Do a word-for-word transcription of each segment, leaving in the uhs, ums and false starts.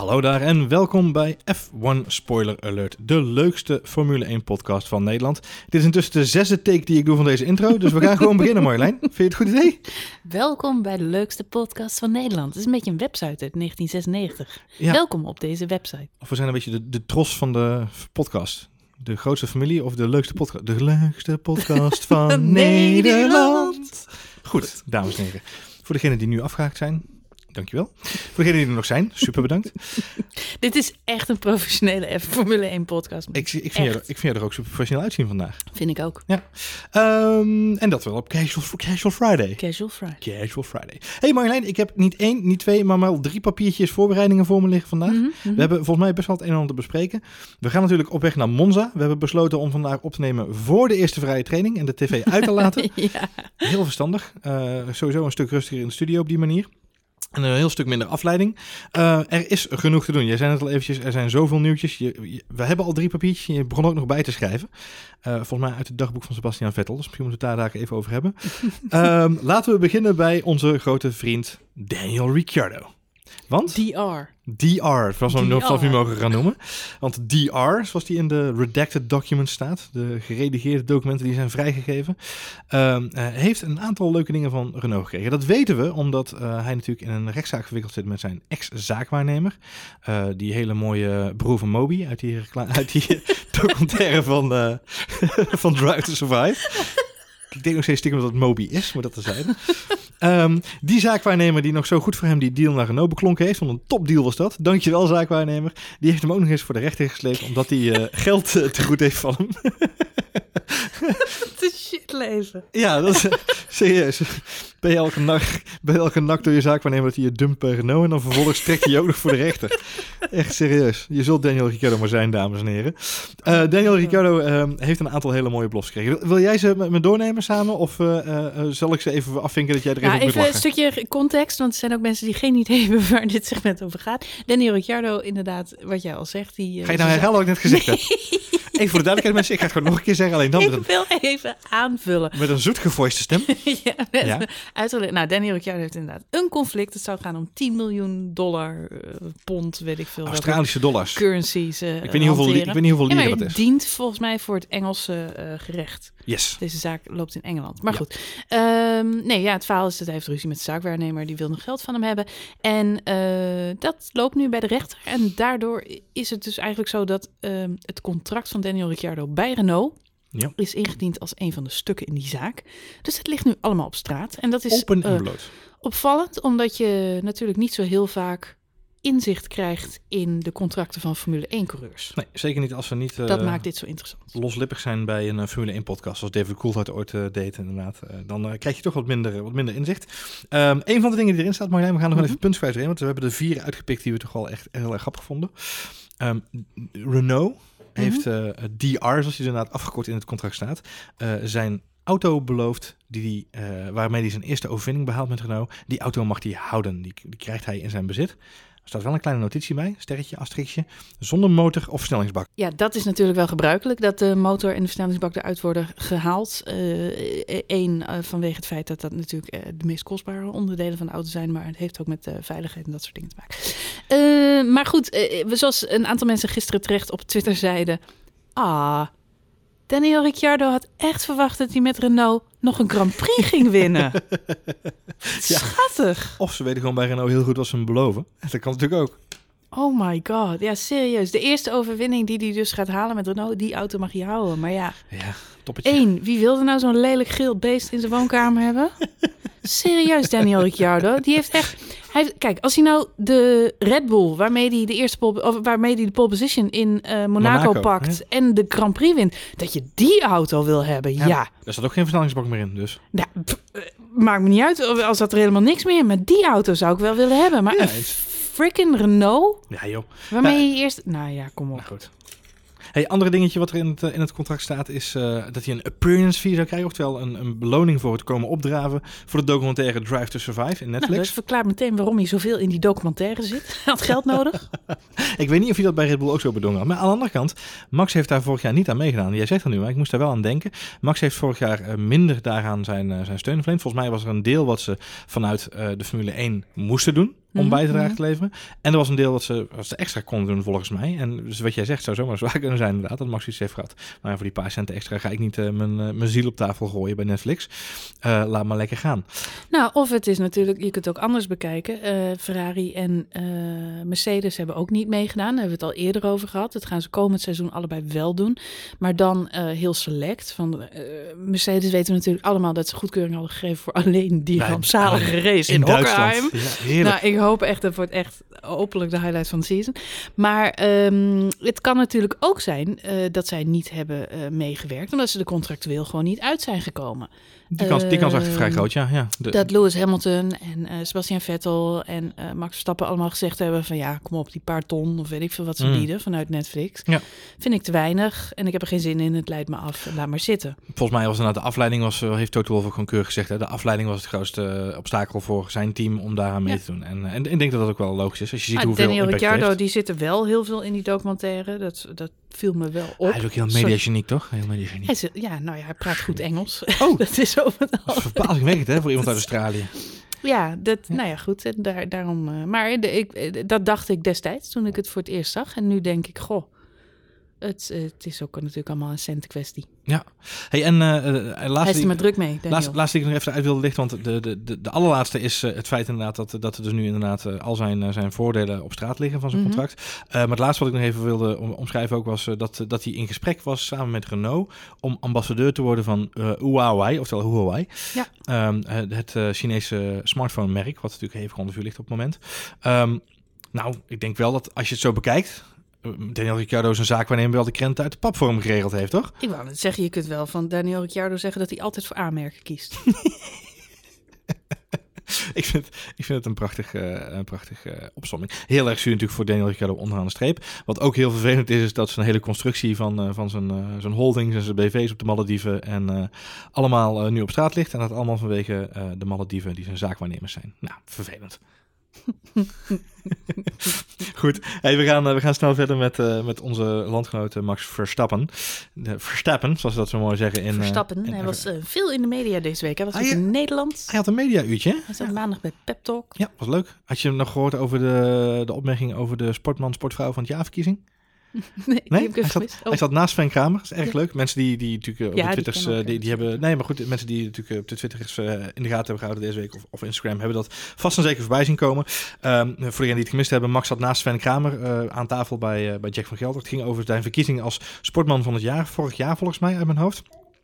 Hallo daar en welkom bij F één Spoiler Alert, de leukste Formule één podcast van Nederland. Dit is intussen de zesde take die ik doe van deze intro, dus we gaan gewoon beginnen, Marjolein. Vind je het een goed idee? Welkom bij de leukste podcast van Nederland. Het is een beetje een website uit negentien zesennegentig. Ja. Welkom op deze website. Of we zijn een beetje de, de tros van de podcast. De grootste familie of de leukste podcast? De leukste podcast van Nederland. Goed, dames en heren. Voor degenen die nu afgehaakt zijn, dankjewel. Voor degenen die er nog zijn, super bedankt. Dit is echt een professionele Formule één podcast. Ik, ik, vind je, ik vind je er ook super professioneel uitzien vandaag. Vind ik ook. Ja. Um, en dat wel op Casual, Casual Friday. Casual Friday. Casual Friday. Hey Marjolein, ik heb niet één, niet twee, maar maar drie papiertjes voorbereidingen voor me liggen vandaag. Mm-hmm, mm-hmm. We hebben volgens mij best wel het een en ander te bespreken. We gaan natuurlijk op weg naar Monza. We hebben besloten om vandaag op te nemen voor de eerste vrije training en de tv uit te laten. Ja. Heel verstandig. Uh, sowieso een stuk rustiger in de studio op die manier. En een heel stuk minder afleiding. Uh, er is genoeg te doen. Jij zei het al eventjes, er zijn zoveel nieuwtjes. Je, je, we hebben al drie papiertjes. Je begon ook nog bij te schrijven. Uh, volgens mij uit het dagboek van Sebastian Vettel. Dus misschien moeten we het daar daar even over hebben. um, laten we beginnen bij onze grote vriend Daniel Ricciardo. Want? D R. D R, zoals we hem vanaf nu mogen gaan noemen. Want D R, zoals die in de redacted documents staat, de geredigeerde documenten die zijn vrijgegeven, uh, uh, heeft een aantal leuke dingen van Renault gekregen. Dat weten we, omdat uh, hij natuurlijk in een rechtszaak verwikkeld zit met zijn ex-zaakwaarnemer. Uh, die hele mooie broer van Moby uit die, recla- uit die documentaire van, uh, van Drive to Survive. Ik denk nog steeds stiekem dat het Moby is, maar dat terzijde. Um, die zaakwaarnemer die nog zo goed voor hem die deal naar Renault beklonken heeft, want een topdeal was dat. Dankjewel, zaakwaarnemer. Die heeft hem ook nog eens voor de rechter gesleept, omdat hij uh, geld uh, te goed heeft van hem. Wat een shit leven. Ja, dat is uh, serieus. Ben je elke nacht, ben je elke nacht door je zaakwaarnemer dat hij je dumpt bij Renault en dan vervolgens trek je je ook nog voor de rechter. Echt serieus. Je zult Daniel Ricciardo maar zijn, dames en heren. Uh, Daniel Ricciardo uh, heeft een aantal hele mooie blogs gekregen. Wil, wil jij ze met me doornemen samen of uh, uh, zal ik ze even afvinken dat jij er even ja, op moet lachen? Even een stukje context, want er zijn ook mensen die geen idee hebben waar dit segment over gaat. Daniel Ricciardo, inderdaad, wat jij al zegt. Die, ga je nou herhalen wat ik net gezegd nee. heb? Even voor de duidelijkheid, mensen, ik ga het gewoon nog een keer zeggen. Alleen dan ik met een, wil even aanvullen. Met een zoetgevoiste stem. ja, met ja. Uiteraard. Nou, Daniel Ricciardo heeft inderdaad een conflict. Het zou gaan om tien miljoen dollar, uh, pond, weet ik veel. Australische dollars. Currencies uh, ik weet niet hoeveel, ik weet niet hoeveel ja, lira dat is. Het dient volgens mij voor het Engelse uh, gerecht. Yes. Deze zaak loopt in Engeland. Maar ja. goed. Um, nee, ja, het verhaal is dat hij heeft ruzie met de zaakwaarnemer. Die wil nog geld van hem hebben. En uh, dat loopt nu bij de rechter. En daardoor is het dus eigenlijk zo dat uh, het contract van Daniel Ricciardo bij Renault ja. is ingediend als een van de stukken in die zaak. Dus het ligt nu allemaal op straat. En dat is open en uh, bloot. Opvallend, omdat je natuurlijk niet zo heel vaak inzicht krijgt in de contracten van Formule één-coureurs. Nee, zeker niet als we niet uh, dat maakt dit zo interessant. Loslippig zijn bij een uh, Formule één-podcast, zoals David Coulthard ooit uh, deed inderdaad. Uh, dan uh, krijg je toch wat minder, wat minder inzicht. Um, een van de dingen die erin staat, Marjolein, we gaan nog mm-hmm. wel even puntsgewijs erin, want we hebben er vier uitgepikt die we toch wel echt heel erg grappig vonden. Um, Renault mm-hmm. heeft uh, D R, zoals die inderdaad afgekort in het contract staat, uh, zijn auto beloofd die die, uh, waarmee hij zijn eerste overwinning behaalt met Renault. Die auto mag hij houden, die, die krijgt hij in zijn bezit. Er staat wel een kleine notitie bij, sterretje, asterixje, zonder motor of versnellingsbak. Ja, dat is natuurlijk wel gebruikelijk, dat de motor en de versnellingsbak eruit worden gehaald. Eén, uh, uh, vanwege het feit dat dat natuurlijk uh, de meest kostbare onderdelen van de auto zijn, maar het heeft ook met uh, veiligheid en dat soort dingen te maken. Uh, maar goed, uh, zoals een aantal mensen gisteren terecht op Twitter zeiden, ah, Daniel Ricciardo had echt verwacht dat hij met Renault nog een Grand Prix ging winnen. Ja. Schattig. Of ze weten gewoon bij Renault heel goed wat ze hem beloven. Dat kan natuurlijk ook. Oh my god. Ja, serieus. De eerste overwinning die hij dus gaat halen met Renault, die auto mag je houden. Maar ja, ja toppetje. Eén, wie wilde nou zo'n lelijk geel beest in zijn woonkamer hebben? Serieus, Daniel Ricciardo. Die heeft echt... Hij heeft, kijk, als hij nou de Red Bull, waarmee hij de eerste pole, of waarmee hij de pole position in uh, Monaco, Monaco pakt, ja. en de Grand Prix wint, dat je die auto wil hebben, ja. ja. Er staat ook geen versnellingsbak meer in, dus. Ja, pff, maakt me niet uit als dat er helemaal niks meer is. Maar die auto zou ik wel willen hebben. Maar ja, een freaking Renault? Ja, joh. Waarmee nou, je eerst... Nou ja, kom op. Nou, goed. Hey, andere dingetje wat er in het, in het contract staat is uh, dat hij een appearance fee zou krijgen. Oftewel een, een beloning voor het komen opdraven voor de documentaire Drive to Survive in Netflix. Nou, dat verklaart meteen waarom hij zoveel in die documentaire zit. Hij had geld nodig. Ik weet niet of hij dat bij Red Bull ook zo bedongen had. Maar aan de andere kant, Max heeft daar vorig jaar niet aan meegedaan. Jij zegt er nu, maar ik moest daar wel aan denken. Max heeft vorig jaar uh, minder daaraan zijn, uh, zijn steun verleend. Volgens mij was er een deel wat ze vanuit uh, de Formule één moesten doen. mm-hmm. bij te dragen mm-hmm. te leveren. En er was een deel wat ze, wat ze extra konden doen volgens mij. En dus wat jij zegt zou zomaar zwaar kunnen zijn inderdaad, dat Max iets heeft gehad. Maar voor die paar centen extra ga ik niet uh, mijn, uh, mijn ziel op tafel gooien bij Netflix. Uh, laat maar lekker gaan. Nou, of het is natuurlijk, je kunt het ook anders bekijken. Uh, Ferrari en uh, Mercedes hebben ook niet meegedaan. Daar hebben we het al eerder over gehad. Dat gaan ze komend seizoen allebei wel doen. Maar dan uh, heel select. Van, uh, Mercedes weten we natuurlijk allemaal dat ze goedkeuring hadden gegeven voor alleen die ja, rampzalige race in, in Hockenheim. Ja, nou, ik hoop echt, dat wordt echt hopelijk de highlight van de season. Maar um, het kan natuurlijk ook zijn uh, dat zij niet hebben uh, meegewerkt, omdat ze er contractueel gewoon niet uit zijn gekomen. Die kans, die kans is echt vrij groot, ja. ja. De... Dat Lewis Hamilton en uh, Sebastian Vettel en uh, Max Verstappen allemaal gezegd hebben van ja, kom op, die paar ton of weet ik veel wat ze mm. bieden vanuit Netflix. Ja. Vind ik te weinig en ik heb er geen zin in, het leidt me af, laat maar zitten. Volgens mij was het de afleiding, was, heeft Toto Wolff gewoon keurig gezegd, hè, de afleiding was het grootste uh, obstakel voor zijn team om daaraan mee ja. te doen. En, en, en ik denk dat dat ook wel logisch is. Als je ziet ah, hoeveel Daniel Ricciardo, die zit er wel heel veel in die documentaire, dat, dat viel me wel op. Hij is ook heel mediageniek, toch? Heel mediageniek. Hij is, ja, nou ja, hij praat goed Engels. Oh, dat is zo met alles. Verbazingwekkend, hè, voor iemand uit Australië. Ja, dat, ja. nou ja, goed. En daar, daarom, uh, maar de, ik, dat dacht ik destijds toen ik het voor het eerst zag. En nu denk ik, goh, het, het is ook natuurlijk allemaal een centenkwestie. Ja. Hey, en uh, laatste hij is er maar druk mee, laatste, laatste die ik nog even uit wilde lichten, want de, de, de, de allerlaatste is uh, het feit inderdaad dat, dat er dus nu inderdaad uh, al zijn, uh, zijn voordelen op straat liggen van zijn mm-hmm. contract. Uh, maar het laatste wat ik nog even wilde om, omschrijven ook was uh, dat, dat hij in gesprek was samen met Renault om ambassadeur te worden van uh, Huawei, oftewel Huawei. Ja. Um, het uh, Chinese smartphone merk, wat natuurlijk even onder vuur ligt op het moment. Um, nou, ik denk wel dat als je het zo bekijkt, Daniel Ricciardo is een zaak waarin wel de krenten uit de pap voor hem geregeld heeft, toch? Ik wou net zeggen, je kunt wel van Daniel Ricciardo zeggen dat hij altijd voor A-merken kiest. ik, vind, ik vind het een prachtige uh, een prachtig, uh, opsomming. Heel erg zuur natuurlijk voor Daniel Ricciardo onderaan de streep. Wat ook heel vervelend is, is dat zijn hele constructie van, uh, van zijn, uh, zijn holdings en zijn B V's op de Malediven en uh, allemaal uh, nu op straat ligt. En dat allemaal vanwege uh, de Malediven die zijn zaakwaarnemers zijn. Nou, vervelend. Goed, hey, we, gaan, uh, we gaan snel verder met, uh, met onze landgenoot uh, Max Verstappen. De Verstappen, zoals ze dat zo mooi zeggen. In, Verstappen, uh, in, hij was uh, veel in de media deze week. Hij was ook in Nederland. Hij had een media-uurtje. Hij zat ja. maandag bij Pep Talk. Ja, was leuk. Had je nog gehoord over de, de opmerking over de sportman, sportvrouw van het jaarverkiezing? Nee, nee? Ik heb hij, zat, oh. hij zat naast Sven Kramer. Dat is erg ja. leuk. Mensen die, die natuurlijk op ja, de Twitters, die, die, die hebben, nee, maar goed, mensen die natuurlijk op de Twitters uh, in de gaten hebben gehouden deze week of, of Instagram hebben dat vast en zeker voorbij zien komen. Um, voor degenen die het gemist hebben, Max zat naast Sven Kramer uh, aan tafel bij, uh, bij Jack van Gelder. Het ging over zijn verkiezing als sportman van het jaar, vorig jaar volgens mij uit mijn hoofd.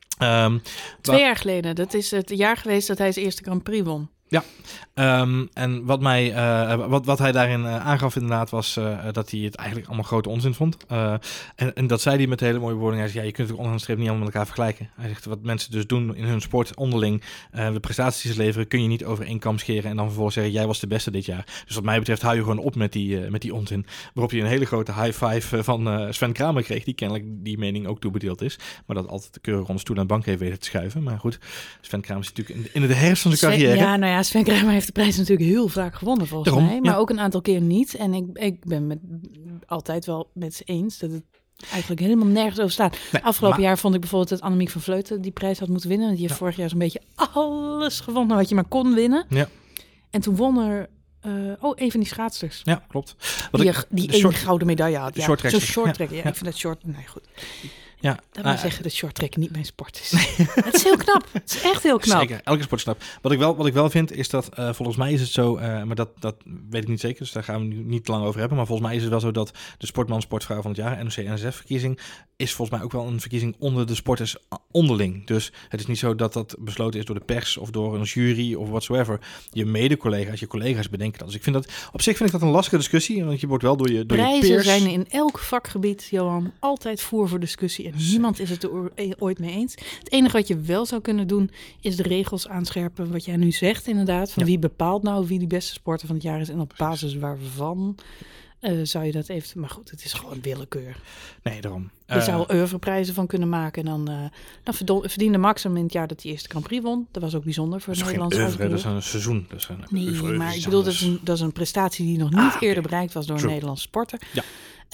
Um, Twee wa- jaar geleden. Dat is het jaar geweest dat hij zijn eerste Grand Prix won. Ja, um, en wat, mij, uh, wat, wat hij daarin uh, aangaf inderdaad was uh, dat hij het eigenlijk allemaal grote onzin vond. Uh, en, en dat zei hij met hele mooie woorden. Hij zei, ja, je kunt het onderaan de streep niet allemaal met elkaar vergelijken. Hij zegt, wat mensen dus doen in hun sport onderling, uh, de prestaties leveren, kun je niet over één kam scheren en dan vervolgens zeggen, jij was de beste dit jaar. Dus wat mij betreft hou je gewoon op met die, uh, met die onzin. Waarop je een hele grote high five van uh, Sven Kramer kreeg, die kennelijk die mening ook toebedeeld is. Maar dat altijd de keurig onder stoel en bank heeft weten te schuiven. Maar goed, Sven Kramer is natuurlijk in, in de herfst van zijn carrière. Ja, nou ja, Sven Kramer heeft de prijs natuurlijk heel vaak gewonnen volgens Daarom, mij. Maar ja. ook een aantal keer niet. En ik, ik ben met, altijd wel met ze eens dat het eigenlijk helemaal nergens over staat. Nee, Afgelopen maar... jaar vond ik bijvoorbeeld dat Annemiek van Vleuten die prijs had moeten winnen. Die heeft ja. vorig jaar zo'n beetje alles gewonnen wat je maar kon winnen. Ja. En toen won er Uh, oh, een van die schaatsers. Ja, klopt. Wat die ik, die één short, gouden medaille had. Ja, zo'n short track. Ja, ja, ja. Ik vind dat short... Nee, goed. Ja, dat wil uh, zeggen dat short track niet mijn sport is. Het is heel knap. Het is echt heel knap. Zeker, elke sport is knap. Wat ik wel, wat ik wel vind is dat, uh, volgens mij is het zo, uh, maar dat, dat weet ik niet zeker, dus daar gaan we nu niet te lang over hebben. Maar volgens mij is het wel zo dat de sportman, sportvrouw van het jaar, N O C N S F-verkiezing, is volgens mij ook wel een verkiezing onder de sporters onderling. Dus het is niet zo dat dat besloten is door de pers of door een jury of whatsoever. Je mede-collega's, je collega's bedenken dat. Dus ik vind dat, op zich vind ik dat een lastige discussie, want je wordt wel door je, door Prijzen je peers... zijn in elk vakgebied, Johan, altijd voer voor discussie. En niemand is het er ooit mee eens. Het enige wat je wel zou kunnen doen, is de regels aanscherpen. Wat jij nu zegt inderdaad. Van ja. wie bepaalt nou wie die beste sporter van het jaar is en op basis waarvan uh, zou je dat even... Maar goed, het is gewoon willekeur. Nee, daarom. Je uh, zou er oeuvreprijzen van kunnen maken. En dan, uh, dan verdiende Max hem in het jaar dat hij eerste Grand Prix won. Dat was ook bijzonder voor het Nederlands. Dat is geen oeuvre, dat is een seizoen. Dat is een nee, oeuvre, maar ik bedoel, dat is, een, dat is een prestatie die nog niet ah, eerder okay. bereikt was door True. een Nederlandse sporter. Ja.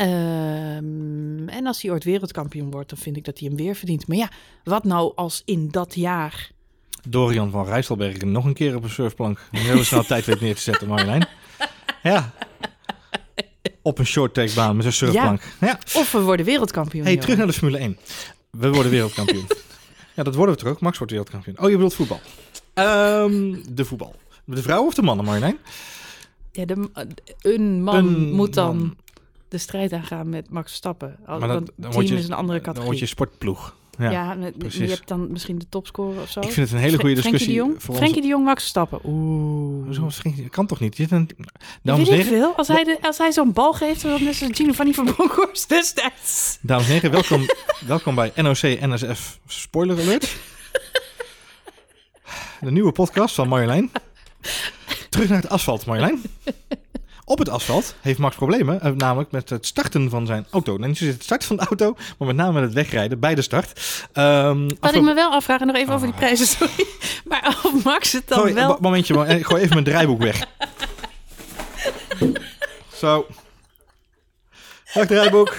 Um, en als hij ooit wereldkampioen wordt, dan vind ik dat hij hem weer verdient. Maar ja, wat nou als in dat jaar... Dorian van Rijsselbergen nog een keer op een surfplank. Een hele snel tijd weet neer te zetten, Marjolein. Ja. Op een short track baan met een surfplank. Ja. Ja. Of we worden wereldkampioen. Hey, joh. terug naar de Formule één. We worden wereldkampioen. Ja, dat worden we terug. Max wordt wereldkampioen. Oh, je bedoelt voetbal. Um, de voetbal. De vrouwen of de mannen, Marjolein? Ja, de, een man Een moet dan man. de strijd aangaan met Max Verstappen. Maar Want dan, het dan team word je, is een andere categorie. Dan word je sportploeg. Ja, Ja, met, je precies. hebt dan misschien de topscorer of zo. Ik vind het een hele goede Frenkie discussie. de Jong, voor Frenkie ons. de Jong, Max Verstappen. Oeh. Hoezo, Frenkie? Dat kan toch niet? Je zit een... Weet Dames en ik heren, veel. Als hij, de, als hij zo'n bal geeft, dan is het Giovanni van Bronckhorst destijds. dames en heren, welkom, welkom bij N O C N S F Spoiler Alert. De nieuwe podcast van Marjolein. Terug naar het asfalt, Marjolein. Op het asfalt heeft Max problemen, uh, namelijk met het starten van zijn auto. Nou, niet zozeer het starten van de auto, maar met name met het wegrijden bij de start. Um, Wat afgelopen... ik me wel afvraag, en nog even Oh. over die prijzen, sorry. Maar of Max het dan Gooi, wel... mo- momentje, mo- eh, gooi even mijn draaiboek weg. Zo. Dag draaiboek.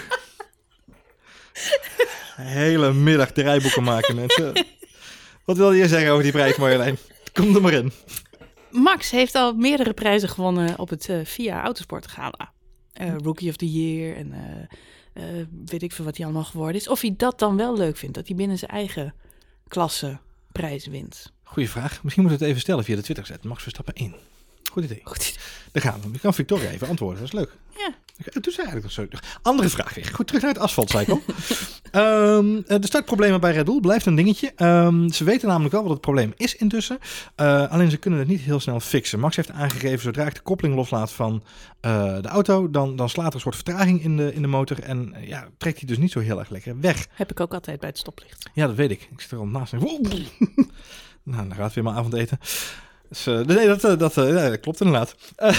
Hele middag draaiboeken maken, mensen. Wat wil je zeggen over die prijs, Marjolein? Kom er maar in. Max heeft al meerdere prijzen gewonnen op het uh, V I A Autosport Gala. Uh, Rookie of the Year en uh, uh, weet ik veel wat hij allemaal geworden is. Of hij dat dan wel leuk vindt, dat hij binnen zijn eigen klasse prijzen wint. Goeie vraag. Misschien moet het even stellen via de Twitter zetten. Max Verstappen één. Goed idee. Goed. Daar gaan we. Ik kan Victoria even antwoorden. Dat is leuk. Ja. Het doet ze eigenlijk nog zo. Andere vraag weer. Goed, terug naar het asfaltcycle. um, de startproblemen bij Red Bull blijft een dingetje. Um, ze weten namelijk wel wat het probleem is intussen. Uh, alleen ze kunnen het niet heel snel fixen. Max heeft aangegeven, zodra ik de koppeling loslaat van uh, de auto, dan, dan slaat er een soort vertraging in de, in de motor. En uh, ja, trekt hij dus niet zo heel erg lekker weg. Heb ik ook altijd bij het stoplicht. Ja, dat weet ik. Ik zit er al naast. Wow. Nou, dan gaat weer mijn avondeten. Dus, uh, nee, dat, uh, dat, uh, ja, dat klopt inderdaad. Uh,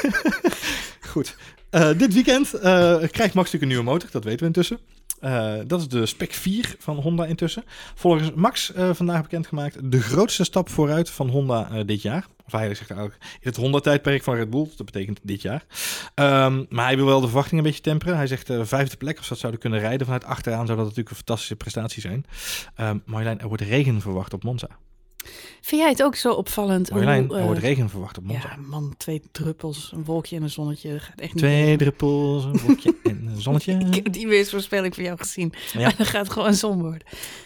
goed. Uh, dit weekend uh, krijgt Max natuurlijk een nieuwe motor. Dat weten we intussen. Uh, dat is de Spec vier van Honda intussen. Volgens Max uh, vandaag bekendgemaakt de grootste stap vooruit van Honda uh, dit jaar. Of hij zegt eigenlijk in het Honda-tijdperk van Red Bull. Dat betekent dit jaar. Um, maar hij wil wel de verwachting een beetje temperen. Hij zegt uh, vijfde plek, als dat zouden kunnen rijden vanuit achteraan, zou dat natuurlijk een fantastische prestatie zijn. Um, Marjolein, er wordt regen verwacht op Monza. Vind jij het ook zo opvallend? Marjolein, hoe, uh, er wordt regen verwacht op Monza. Ja, man, twee druppels, een wolkje en een zonnetje. Gaat echt niet Twee mee. druppels, een wolkje en een zonnetje. Ik heb die weersvoorspelling van jou gezien. Ja. Maar dan gaat het gewoon zon worden.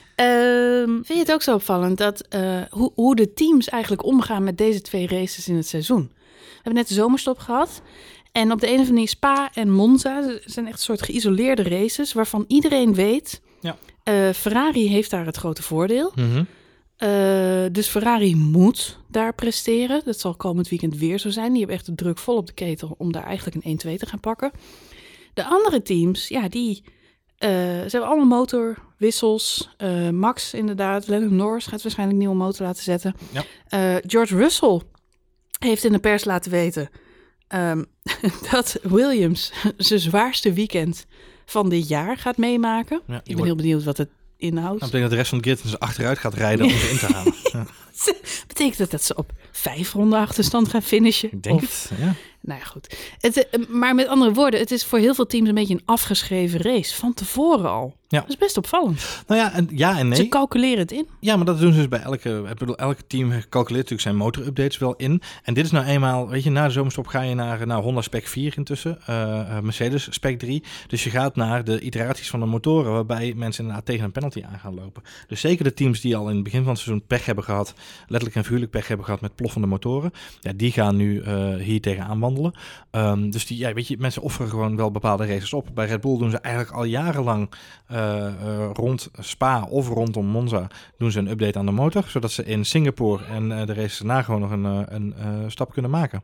Um, vind je het ook zo opvallend dat uh, hoe, hoe de teams eigenlijk omgaan met deze twee races in het seizoen? We hebben net de zomerstop gehad. En op de een of andere manier Spa en Monza zijn echt een soort geïsoleerde races waarvan iedereen weet, Ja. uh, Ferrari heeft daar het grote voordeel. Mm-hmm. Uh, dus Ferrari moet daar presteren. Dat zal komend weekend weer zo zijn. Die hebben echt de druk vol op de ketel om daar eigenlijk een één twee te gaan pakken. De andere teams, ja, die uh, ze hebben allemaal motorwissels. Uh, Max inderdaad, Lennon Norris gaat waarschijnlijk een nieuwe motor laten zetten. Ja. Uh, George Russell heeft in de pers laten weten um, dat Williams zijn zwaarste weekend van dit jaar gaat meemaken. Ja, Ik ben wordt... heel benieuwd wat het inhoudt. Dat betekent dat de rest van het grid dus achteruit gaat rijden om ze in te halen. Ja. Betekent dat dat ze op vijf ronden achterstand gaan finishen? Ik denk Of, het, ja. Nou ja, goed. Het, maar met andere woorden, het is voor heel veel teams een beetje een afgeschreven race. Van tevoren al. Ja. Dat is best opvallend. Nou ja, en, ja en nee. Ze calculeren het in. Ja, maar dat doen ze dus bij elke... Ik bedoel, elke team calculeert natuurlijk zijn motorupdates wel in. En dit is nou eenmaal... Weet je, na de zomerstop ga je naar nou, Honda Spec vier intussen. Uh, Mercedes Spec drie. Dus je gaat naar de iteraties van de motoren, waarbij mensen inderdaad tegen een penalty aan gaan lopen. Dus zeker de teams die al in het begin van het seizoen pech hebben gehad, letterlijk en figuurlijk pech hebben gehad met ploffende motoren, ja, die gaan nu uh, hier tegenaan wandelen. Um, dus die, ja, weet je, mensen offeren gewoon wel bepaalde races op. Bij Red Bull doen ze eigenlijk al jarenlang uh, uh, rond Spa of rondom Monza doen ze een update aan de motor, zodat ze in Singapore en uh, de races daarna gewoon nog een, uh, een uh, stap kunnen maken.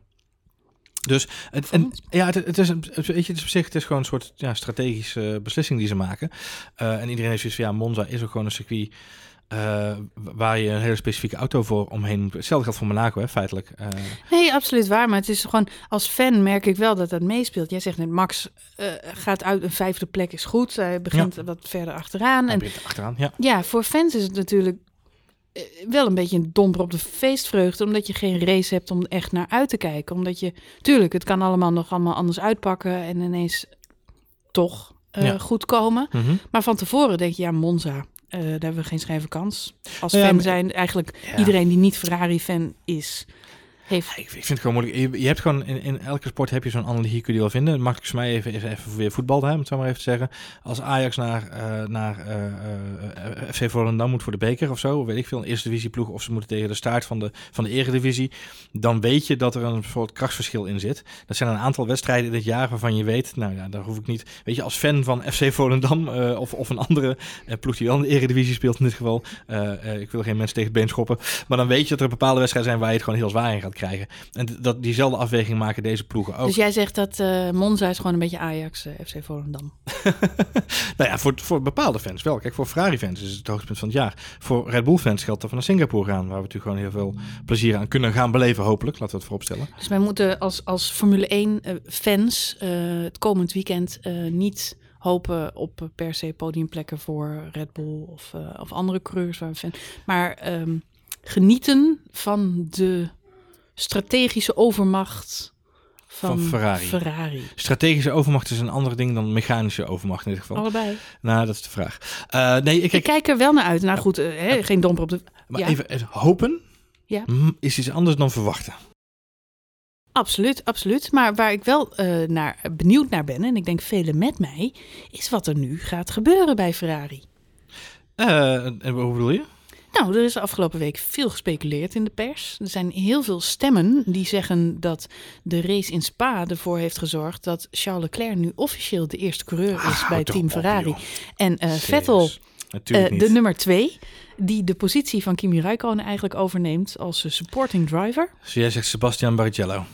Dus het, en, ja, het, het, is, het, weet je, het is op zich het is gewoon een soort ja, strategische beslissing die ze maken. Uh, en iedereen heeft zoiets van, ja, Monza is ook gewoon een circuit Uh, waar je een hele specifieke auto voor omheen moet. Hetzelfde geldt voor Monaco, hè, feitelijk. Uh... Nee, absoluut waar. Maar het is gewoon, als fan merk ik wel dat dat meespeelt. Jij zegt net, Max uh, gaat uit een vijfde plek is goed. Hij begint ja. wat verder achteraan. Hij en, begint achteraan, ja. Ja, voor fans is het natuurlijk uh, wel een beetje een domper op de feestvreugde, omdat je geen race hebt om echt naar uit te kijken. Omdat je, tuurlijk, het kan allemaal nog allemaal anders uitpakken en ineens toch uh, ja. goed komen. Mm-hmm. Maar van tevoren denk je, ja, Monza. Uh, daar hebben we geen schijve kans. Als ja, fan maar, zijn eigenlijk ja. iedereen die niet Ferrari-fan is, heeft. Ik, ik vind het gewoon moeilijk. Je, je hebt gewoon in, in elke sport heb je zo'n analogie, kun je die wel vinden. Het makkelijkst voor mij even, even, even weer voetbal, hè, om het zo maar even te zeggen. Als Ajax naar, uh, naar uh, uh, F C Volendam moet voor de beker of zo, weet ik veel, een eerste divisieploeg, of ze moeten tegen de staart van de, van de eredivisie, dan weet je dat er een soort krachtsverschil in zit. Dat zijn een aantal wedstrijden dit jaar waarvan je weet, nou ja, daar hoef ik niet, weet je, als fan van F C Volendam uh, of, of een andere uh, ploeg die wel in de eredivisie speelt in dit geval, uh, uh, ik wil geen mensen tegen het been schoppen, maar dan weet je dat er bepaalde wedstrijden zijn waar je het gewoon heel zwaar in gaat krijgen. En dat diezelfde afweging maken deze ploegen ook. Dus jij zegt dat uh, Monza is gewoon een beetje Ajax, uh, F C Volendam. Nou ja, voor, voor bepaalde fans wel. Kijk, voor Ferrari-fans is het het hoogtepunt van het jaar. Voor Red Bull-fans geldt dat we naar Singapore gaan, waar we natuurlijk gewoon heel veel plezier aan kunnen gaan beleven, hopelijk. Laten we het vooropstellen. Dus wij moeten als, als Formule één-fans uh, uh, het komend weekend uh, niet hopen op uh, per se podiumplekken voor Red Bull of, uh, of andere coureurs waar we fan. Maar um, genieten van de strategische overmacht van, van Ferrari. Ferrari. Strategische overmacht is een ander ding dan mechanische overmacht in dit geval. Allebei. Nou, dat is de vraag. Uh, nee, ik, ik kijk er wel naar uit. Nou goed, uh, hè, uh, geen domper op de... Maar ja. even, even hopen ja. is iets anders dan verwachten. Absoluut, absoluut. Maar waar ik wel uh, naar, benieuwd naar ben, en ik denk velen met mij, is wat er nu gaat gebeuren bij Ferrari. Uh, en hoe bedoel je? Nou, er is de afgelopen week veel gespeculeerd in de pers. Er zijn heel veel stemmen die zeggen dat de race in Spa ervoor heeft gezorgd dat Charles Leclerc nu officieel de eerste coureur is ah, bij Team Ferrari. Op, en uh, Vettel, uh, de nummer twee, die de positie van Kimi Räikkönen eigenlijk overneemt als uh, supporting driver. Dus jij zegt Sebastian Barrichello.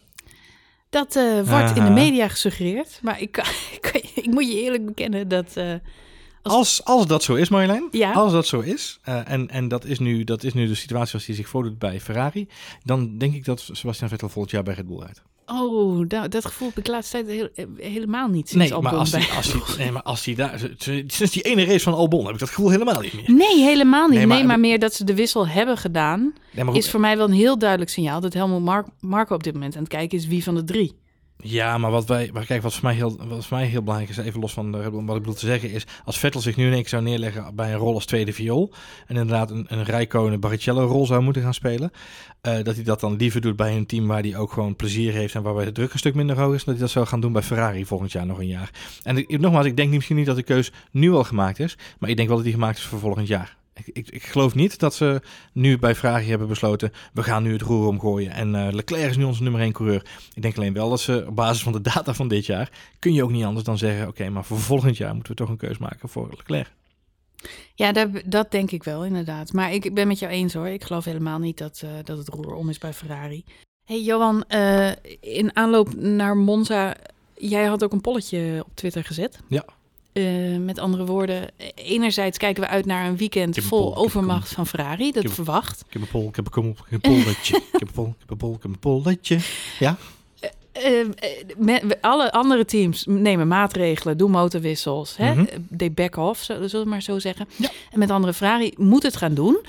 Dat uh, wordt uh-huh. in de media gesuggereerd, maar ik, ik, ik moet je eerlijk bekennen dat... Uh, Als, als, als dat zo is, Marjolein, ja. als dat zo is, uh, en, en dat, is nu, dat is nu de situatie zoals die zich voordoet bij Ferrari, dan denk ik dat Sebastian Vettel volgend jaar bij Red Bull rijdt. Oh, dat, dat gevoel heb ik de laatste tijd heel, helemaal niet. Nee maar, als die, als die, nee, maar als hij daar... Sinds die ene race van Albon heb ik dat gevoel helemaal niet meer. Nee, helemaal niet. Nee, maar, nee, maar de, meer dat ze de wissel hebben gedaan, nee, maar, is voor mij wel een heel duidelijk signaal dat Helmut Mar- Marko op dit moment aan het kijken is wie van de drie. Ja, maar wat wij, maar kijk, wat voor mij heel, wat voor mij heel belangrijk is, even los van de, wat ik bedoel te zeggen, is als Vettel zich nu in één keer zou neerleggen bij een rol als tweede viool en inderdaad een, een Räikkönen Barrichello rol zou moeten gaan spelen, uh, dat hij dat dan liever doet bij een team waar hij ook gewoon plezier heeft en waarbij de druk een stuk minder hoog is, dat hij dat zou gaan doen bij Ferrari volgend jaar nog een jaar. En ik, nogmaals, ik denk misschien niet dat de keus nu al gemaakt is, maar ik denk wel dat die gemaakt is voor volgend jaar. Ik, ik, ik geloof niet dat ze nu bij Ferrari hebben besloten, we gaan nu het roer omgooien en uh, Leclerc is nu onze nummer één coureur. Ik denk alleen wel dat ze op basis van de data van dit jaar, kun je ook niet anders dan zeggen, oké, okay, maar voor volgend jaar moeten we toch een keus maken voor Leclerc. Ja, dat, dat denk ik wel inderdaad. Maar ik ben met jou eens hoor. Ik geloof helemaal niet dat, uh, dat het roer om is bij Ferrari. Hey Johan, uh, in aanloop naar Monza, jij had ook een polletje op Twitter gezet. Ja. Uh, met andere woorden, enerzijds kijken we uit naar een weekend vol pol, overmacht van Ferrari. Dat ik verwacht. Ik heb een pol, ik heb een polletje. Ik heb een pol, ik heb een pol, ik heb een polletje. Ja? Uh, uh, met, alle andere teams nemen maatregelen, doen motorwissels. Hè? Mm-hmm. They back off, zullen we maar zo zeggen. Ja. En met andere Ferrari moet het gaan doen.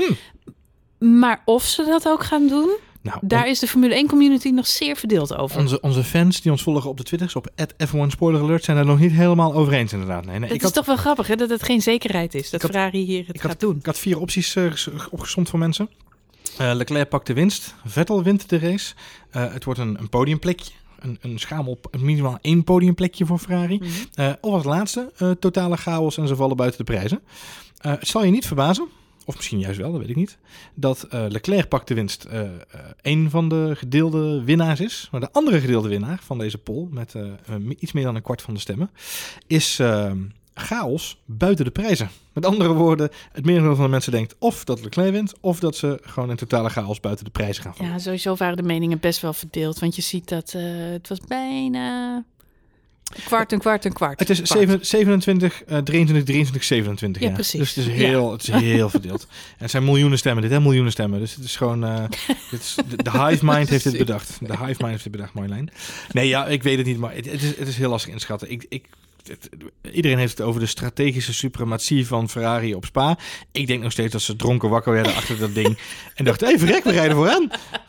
Hmm. Maar of ze dat ook gaan doen... Nou, Daar on... is de Formule één community nog zeer verdeeld over. Onze, onze fans die ons volgen op de Twitters, op at F one Spoiler Alert, zijn er nog niet helemaal over eens inderdaad. Nee, nee, het ik is had... toch wel grappig hè, dat het geen zekerheid is, dat had... Ferrari hier het ik gaat had, doen. Ik had vier opties uh, opgesomd voor mensen. Uh, Leclerc pakt de winst, Vettel wint de race. Uh, het wordt een, een podiumplekje. Een, een schamel op minimaal één podiumplekje voor Ferrari. Mm-hmm. Uh, of als laatste, uh, totale chaos en ze vallen buiten de prijzen. Uh, het zal je niet verbazen. Of misschien juist wel, dat weet ik niet. Dat uh, Leclerc pakt de winst uh, uh, een van de gedeelde winnaars is. Maar de andere gedeelde winnaar van deze poll, met uh, uh, iets meer dan een kwart van de stemmen, is uh, chaos buiten de prijzen. Met andere woorden, het merendeel van de mensen denkt of dat Leclerc wint, of dat ze gewoon in totale chaos buiten de prijzen gaan vallen. Ja, sowieso waren de meningen best wel verdeeld. Want je ziet dat uh, het was bijna... Een kwart, een kwart, een kwart. Het is zevenentwintig, uh, drieëntwintig, drieëntwintig, zevenentwintig. Ja, ja, precies. Dus het is heel, ja. het is heel verdeeld. En het zijn miljoenen stemmen. Dit zijn miljoenen stemmen. Dus het is gewoon... Uh, dit is, de, de Hive Mind heeft dit bedacht. De Hive Mind heeft dit bedacht, Marjolein. Nee, ja, ik weet het niet, maar het, het, is, het is heel lastig inschatten. Ik... ik Het, iedereen heeft het over de strategische suprematie van Ferrari op Spa. Ik denk nog steeds dat ze dronken wakker werden achter dat ding. En dachten, hé, hey, verrek, we rijden vooraan.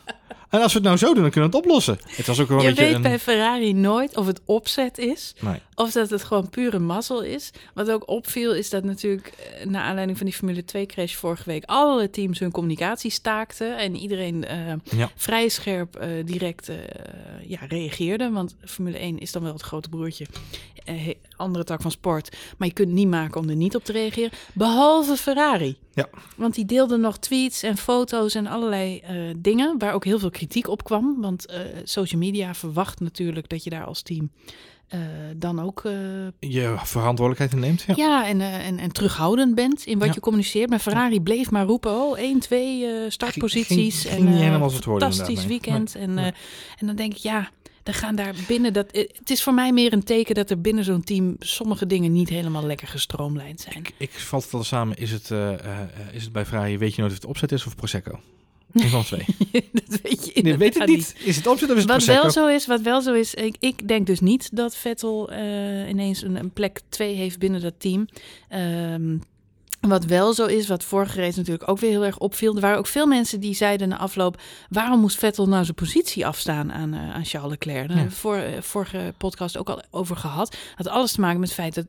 En als we het nou zo doen, dan kunnen we het oplossen. Het was ook wel een Je beetje weet een... bij Ferrari nooit of het opzet is... Nee. of dat het gewoon pure mazzel is. Wat ook opviel is dat natuurlijk... naar aanleiding van die Formule twee crash vorige week... alle teams hun communicatie staakten... en iedereen uh, Ja. vrij scherp uh, direct uh, ja, reageerde. Want Formule één is dan wel het grote broertje. Uh, andere tak van sport. Maar je kunt het niet maken om er niet op te reageren. Behalve Ferrari. Ja. Want die deelde nog tweets en foto's en allerlei uh, dingen... waar ook heel veel kritiek op kwam. Want uh, social media verwacht natuurlijk dat je daar als team... Uh, dan ook... Uh, je verantwoordelijkheid neemt. Ja, ja en, uh, en, en terughoudend bent in wat ja. je communiceert. Maar Ferrari bleef maar roepen... oh, één, twee uh, startposities. Ging, ging en niet uh, helemaal als het hoorde. fantastisch weekend. Nee. En, Nee. uh, en dan denk ik, ja... dan gaan daar binnen... dat. Het is voor mij meer een teken dat er binnen zo'n team... sommige dingen niet helemaal lekker gestroomlijnd zijn. Ik, ik val het wel samen. Is het, uh, uh, is het bij Ferrari... weet je nooit of het opzet is of Prosecco? Een van twee. Dat weet je nee, weet het niet. Is het opzet of is het wat Prosecco? Wel zo is, wat wel zo is... Ik, ik denk dus niet dat Vettel uh, ineens een, een plek twee heeft binnen dat team... Um, Wat wel zo is, wat vorige race natuurlijk ook weer heel erg opviel... er waren ook veel mensen die zeiden na afloop... waarom moest Vettel nou zijn positie afstaan aan, uh, aan Charles Leclerc? Daar hebben we voor, uh, vorige podcast ook al over gehad. Dat had alles te maken met het feit dat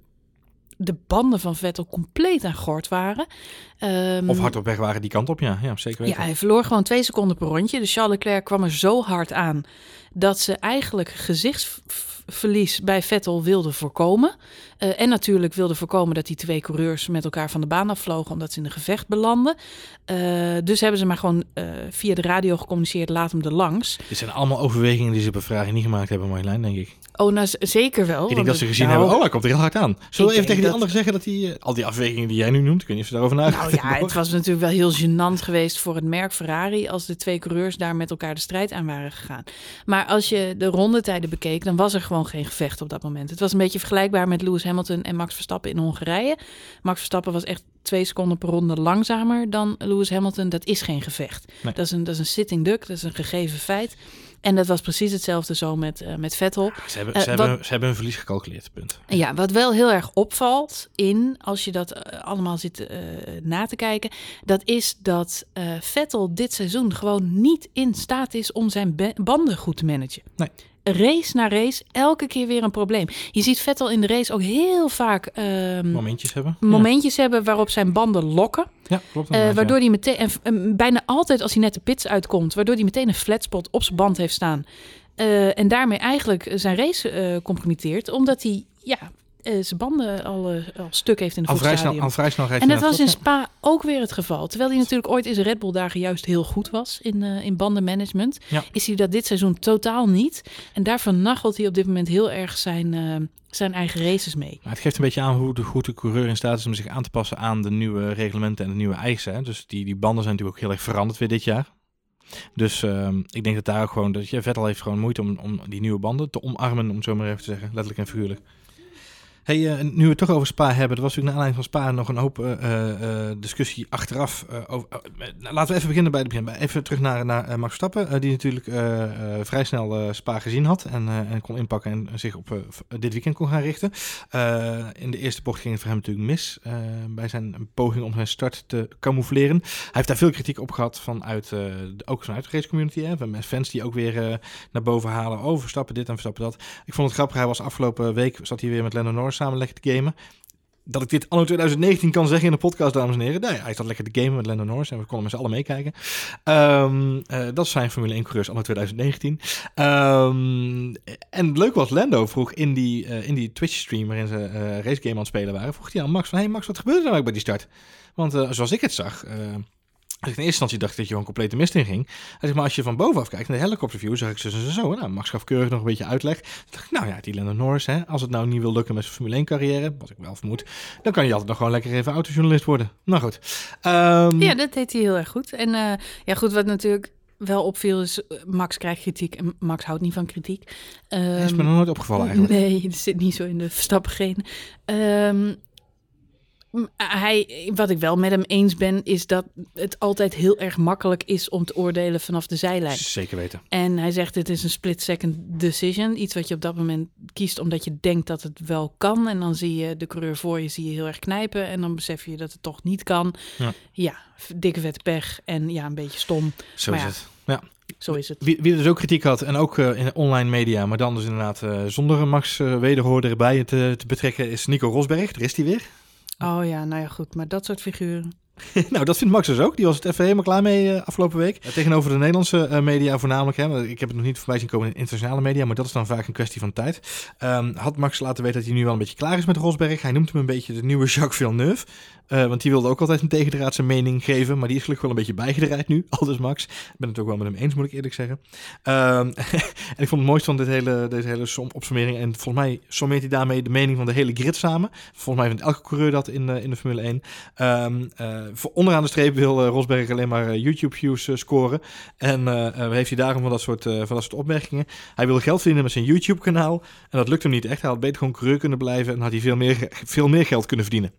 de banden van Vettel compleet aan gort waren. Um, of hard op weg waren die kant op, ja. Ja, zeker weten. Ja, hij verloor gewoon twee seconden per rondje. Dus Charles Leclerc kwam er zo hard aan... dat ze eigenlijk gezichtsverlies bij Vettel wilden voorkomen. Uh, en natuurlijk wilden voorkomen dat die twee coureurs met elkaar van de baan afvlogen... omdat ze in een gevecht belanden. Uh, dus hebben ze maar gewoon uh, via de radio gecommuniceerd... laat hem er langs. Dit zijn allemaal overwegingen die ze bij Ferrari niet gemaakt hebben, Marjolein, denk ik. Oh, nou z- zeker wel. Ik denk dat ze gezien nou, hebben, oh, hij komt er heel hard aan. Zullen we even tegen die dat... anderen zeggen dat die... Uh, al die afwegingen die jij nu noemt, kun je even daarover nadenken. Nou ja, het was natuurlijk wel heel gênant geweest voor het merk Ferrari... als de twee coureurs daar met elkaar de strijd aan waren gegaan. Maar als je de rondetijden bekeek, dan was er gewoon geen gevecht op dat moment. Het was een beetje vergelijkbaar met Lewis Hamilton en Max Verstappen in Hongarije. Max Verstappen was echt twee seconden per ronde langzamer dan Lewis Hamilton. Dat is geen gevecht. Nee. Dat is een, dat is een sitting duck, dat is een gegeven feit. En dat was precies hetzelfde zo met, uh, met Vettel. Ze hebben, Uh, ze, wat, hebben, ze hebben hun verlies gecalculeerd, punt. Ja, wat wel heel erg opvalt in, als je dat uh, allemaal zit uh, na te kijken... dat is dat uh, Vettel dit seizoen gewoon niet in staat is om zijn be- banden goed te managen. Nee. Race na race, elke keer weer een probleem. Je ziet Vettel in de race ook heel vaak um, momentjes hebben. Momentjes ja. hebben waarop zijn banden lokken. Ja, klopt. Uh, waardoor ja. hij meteen, en, en bijna altijd als hij net de pits uitkomt, waardoor hij meteen een flatspot op zijn band heeft staan. Uh, en daarmee eigenlijk zijn race uh, compromitteert, omdat hij ja, uh, zijn banden al, uh, al stuk heeft in de al vrij voetstadium. snel, al vrij snel rijdt en dat hij was in tot, Spa ook weer het geval. Terwijl hij natuurlijk ooit in zijn Red Bull dagen juist heel goed was in, uh, in bandenmanagement. Ja. Is hij dat dit seizoen totaal niet. En daar vernachelt hij op dit moment heel erg zijn... Uh, zijn eigen races mee. Maar het geeft een beetje aan hoe de, goed de coureur in staat is om zich aan te passen aan de nieuwe reglementen en de nieuwe eisen. Hè. Dus die, die banden zijn natuurlijk ook heel erg veranderd weer dit jaar. Dus uh, ik denk dat daar ook gewoon, dat je Vettel heeft gewoon moeite om, om die nieuwe banden te omarmen, om het zo maar even te zeggen, letterlijk en figuurlijk. Hey, uh, nu we het toch over Spa hebben, er was natuurlijk naar aanleiding van Spa nog een hoop uh, uh, discussie achteraf. Uh, over, uh, laten we even beginnen bij het begin. Even terug naar, naar uh, Max Verstappen, uh, die natuurlijk uh, uh, vrij snel uh, Spa gezien had en, uh, en kon inpakken en zich op uh, dit weekend kon gaan richten. Uh, in de eerste bocht ging het voor hem natuurlijk mis uh, bij zijn poging om zijn start te camoufleren. Hij heeft daar veel kritiek op gehad vanuit, uh, de, ook vanuit de race community, hè, van fans die ook weer uh, naar boven halen. Oh, Verstappen dit en Verstappen dat. Ik vond het grappig, hij was afgelopen week, zat hij weer met Lando Norris samen lekker te gamen. Dat ik dit anno twintig negentien kan zeggen in de podcast, dames en heren. Nou ja, hij zat lekker te gamen met Lando Norris en we konden met z'n allen meekijken. Um, uh, dat zijn Formule één coureurs anno twintig negentien. Um, en leuk was, Lando vroeg in die, uh, in die Twitch stream waarin ze uh, race game aan het spelen waren, vroeg hij aan Max van, hey Max, wat gebeurde er nou bij die start? Want uh, zoals ik het zag... Uh, Als ik in eerste instantie dacht dat je gewoon complete mist in ging. Zeg maar als je van bovenaf kijkt naar de helikopterview, zag ik zo en zo. Nou, Max gaf keurig nog een beetje uitleg. Toen dacht ik, nou ja, die Lando Norris, hè, als het nou niet wil lukken met zijn Formule één carrière, wat ik wel vermoed, dan kan je altijd nog gewoon lekker even autojournalist worden. Nou goed. Um... Ja, dat deed hij heel erg goed. En uh, ja, goed, wat natuurlijk wel opviel is, Max krijgt kritiek en Max houdt niet van kritiek. Um, dat is me nog nooit opgevallen eigenlijk. Nee, het zit niet zo in de Verstappen genen. Um, Hij, wat ik wel met hem eens ben, is dat het altijd heel erg makkelijk is om te oordelen vanaf de zijlijn. Zeker weten. En hij zegt, het is een split-second decision. Iets wat je op dat moment kiest omdat je denkt dat het wel kan. En dan zie je de coureur voor je zie je heel erg knijpen. En dan besef je dat het toch niet kan. Ja, ja dikke vette pech en ja, een beetje stom. Zo maar is ja, het. Ja. Zo is het. Wie, wie dus ook kritiek had, en ook uh, in online media, maar dan dus inderdaad uh, zonder Max uh, wederhoor erbij te, te betrekken, is Nico Rosberg. Daar is hij weer. Oh ja, nou ja, goed. Maar dat soort figuren... Nou, dat vindt Max dus ook. Die was het even helemaal klaar mee uh, afgelopen week. Uh, tegenover de Nederlandse uh, media voornamelijk. Hè. Ik heb het nog niet voorbij zien komen in internationale media, maar dat is dan vaak een kwestie van tijd. Um, had Max laten weten dat hij nu wel een beetje klaar is met Rosberg. Hij noemt hem een beetje de nieuwe Jacques Villeneuve. Uh, want die wilde ook altijd een tegendraadse mening geven, maar die is gelukkig wel een beetje bijgedraaid nu. Aldus Max. Ik ben het ook wel met hem eens, moet ik eerlijk zeggen. Um, en ik vond het mooiste van dit hele, deze hele som, opsummering, en volgens mij sommeert hij daarmee de mening van de hele grid samen. Volgens mij vindt elke coureur dat in, uh, in de Formule één. Um, uh, voor onderaan de streep wil uh, Rosberg alleen maar uh, YouTube-views uh, scoren. En uh, uh, heeft hij daarom van dat, soort, uh, van dat soort opmerkingen. Hij wil geld verdienen met zijn YouTube-kanaal. En dat lukt hem niet echt. Hij had beter gewoon coureur kunnen blijven en had hij veel meer, veel meer geld kunnen verdienen.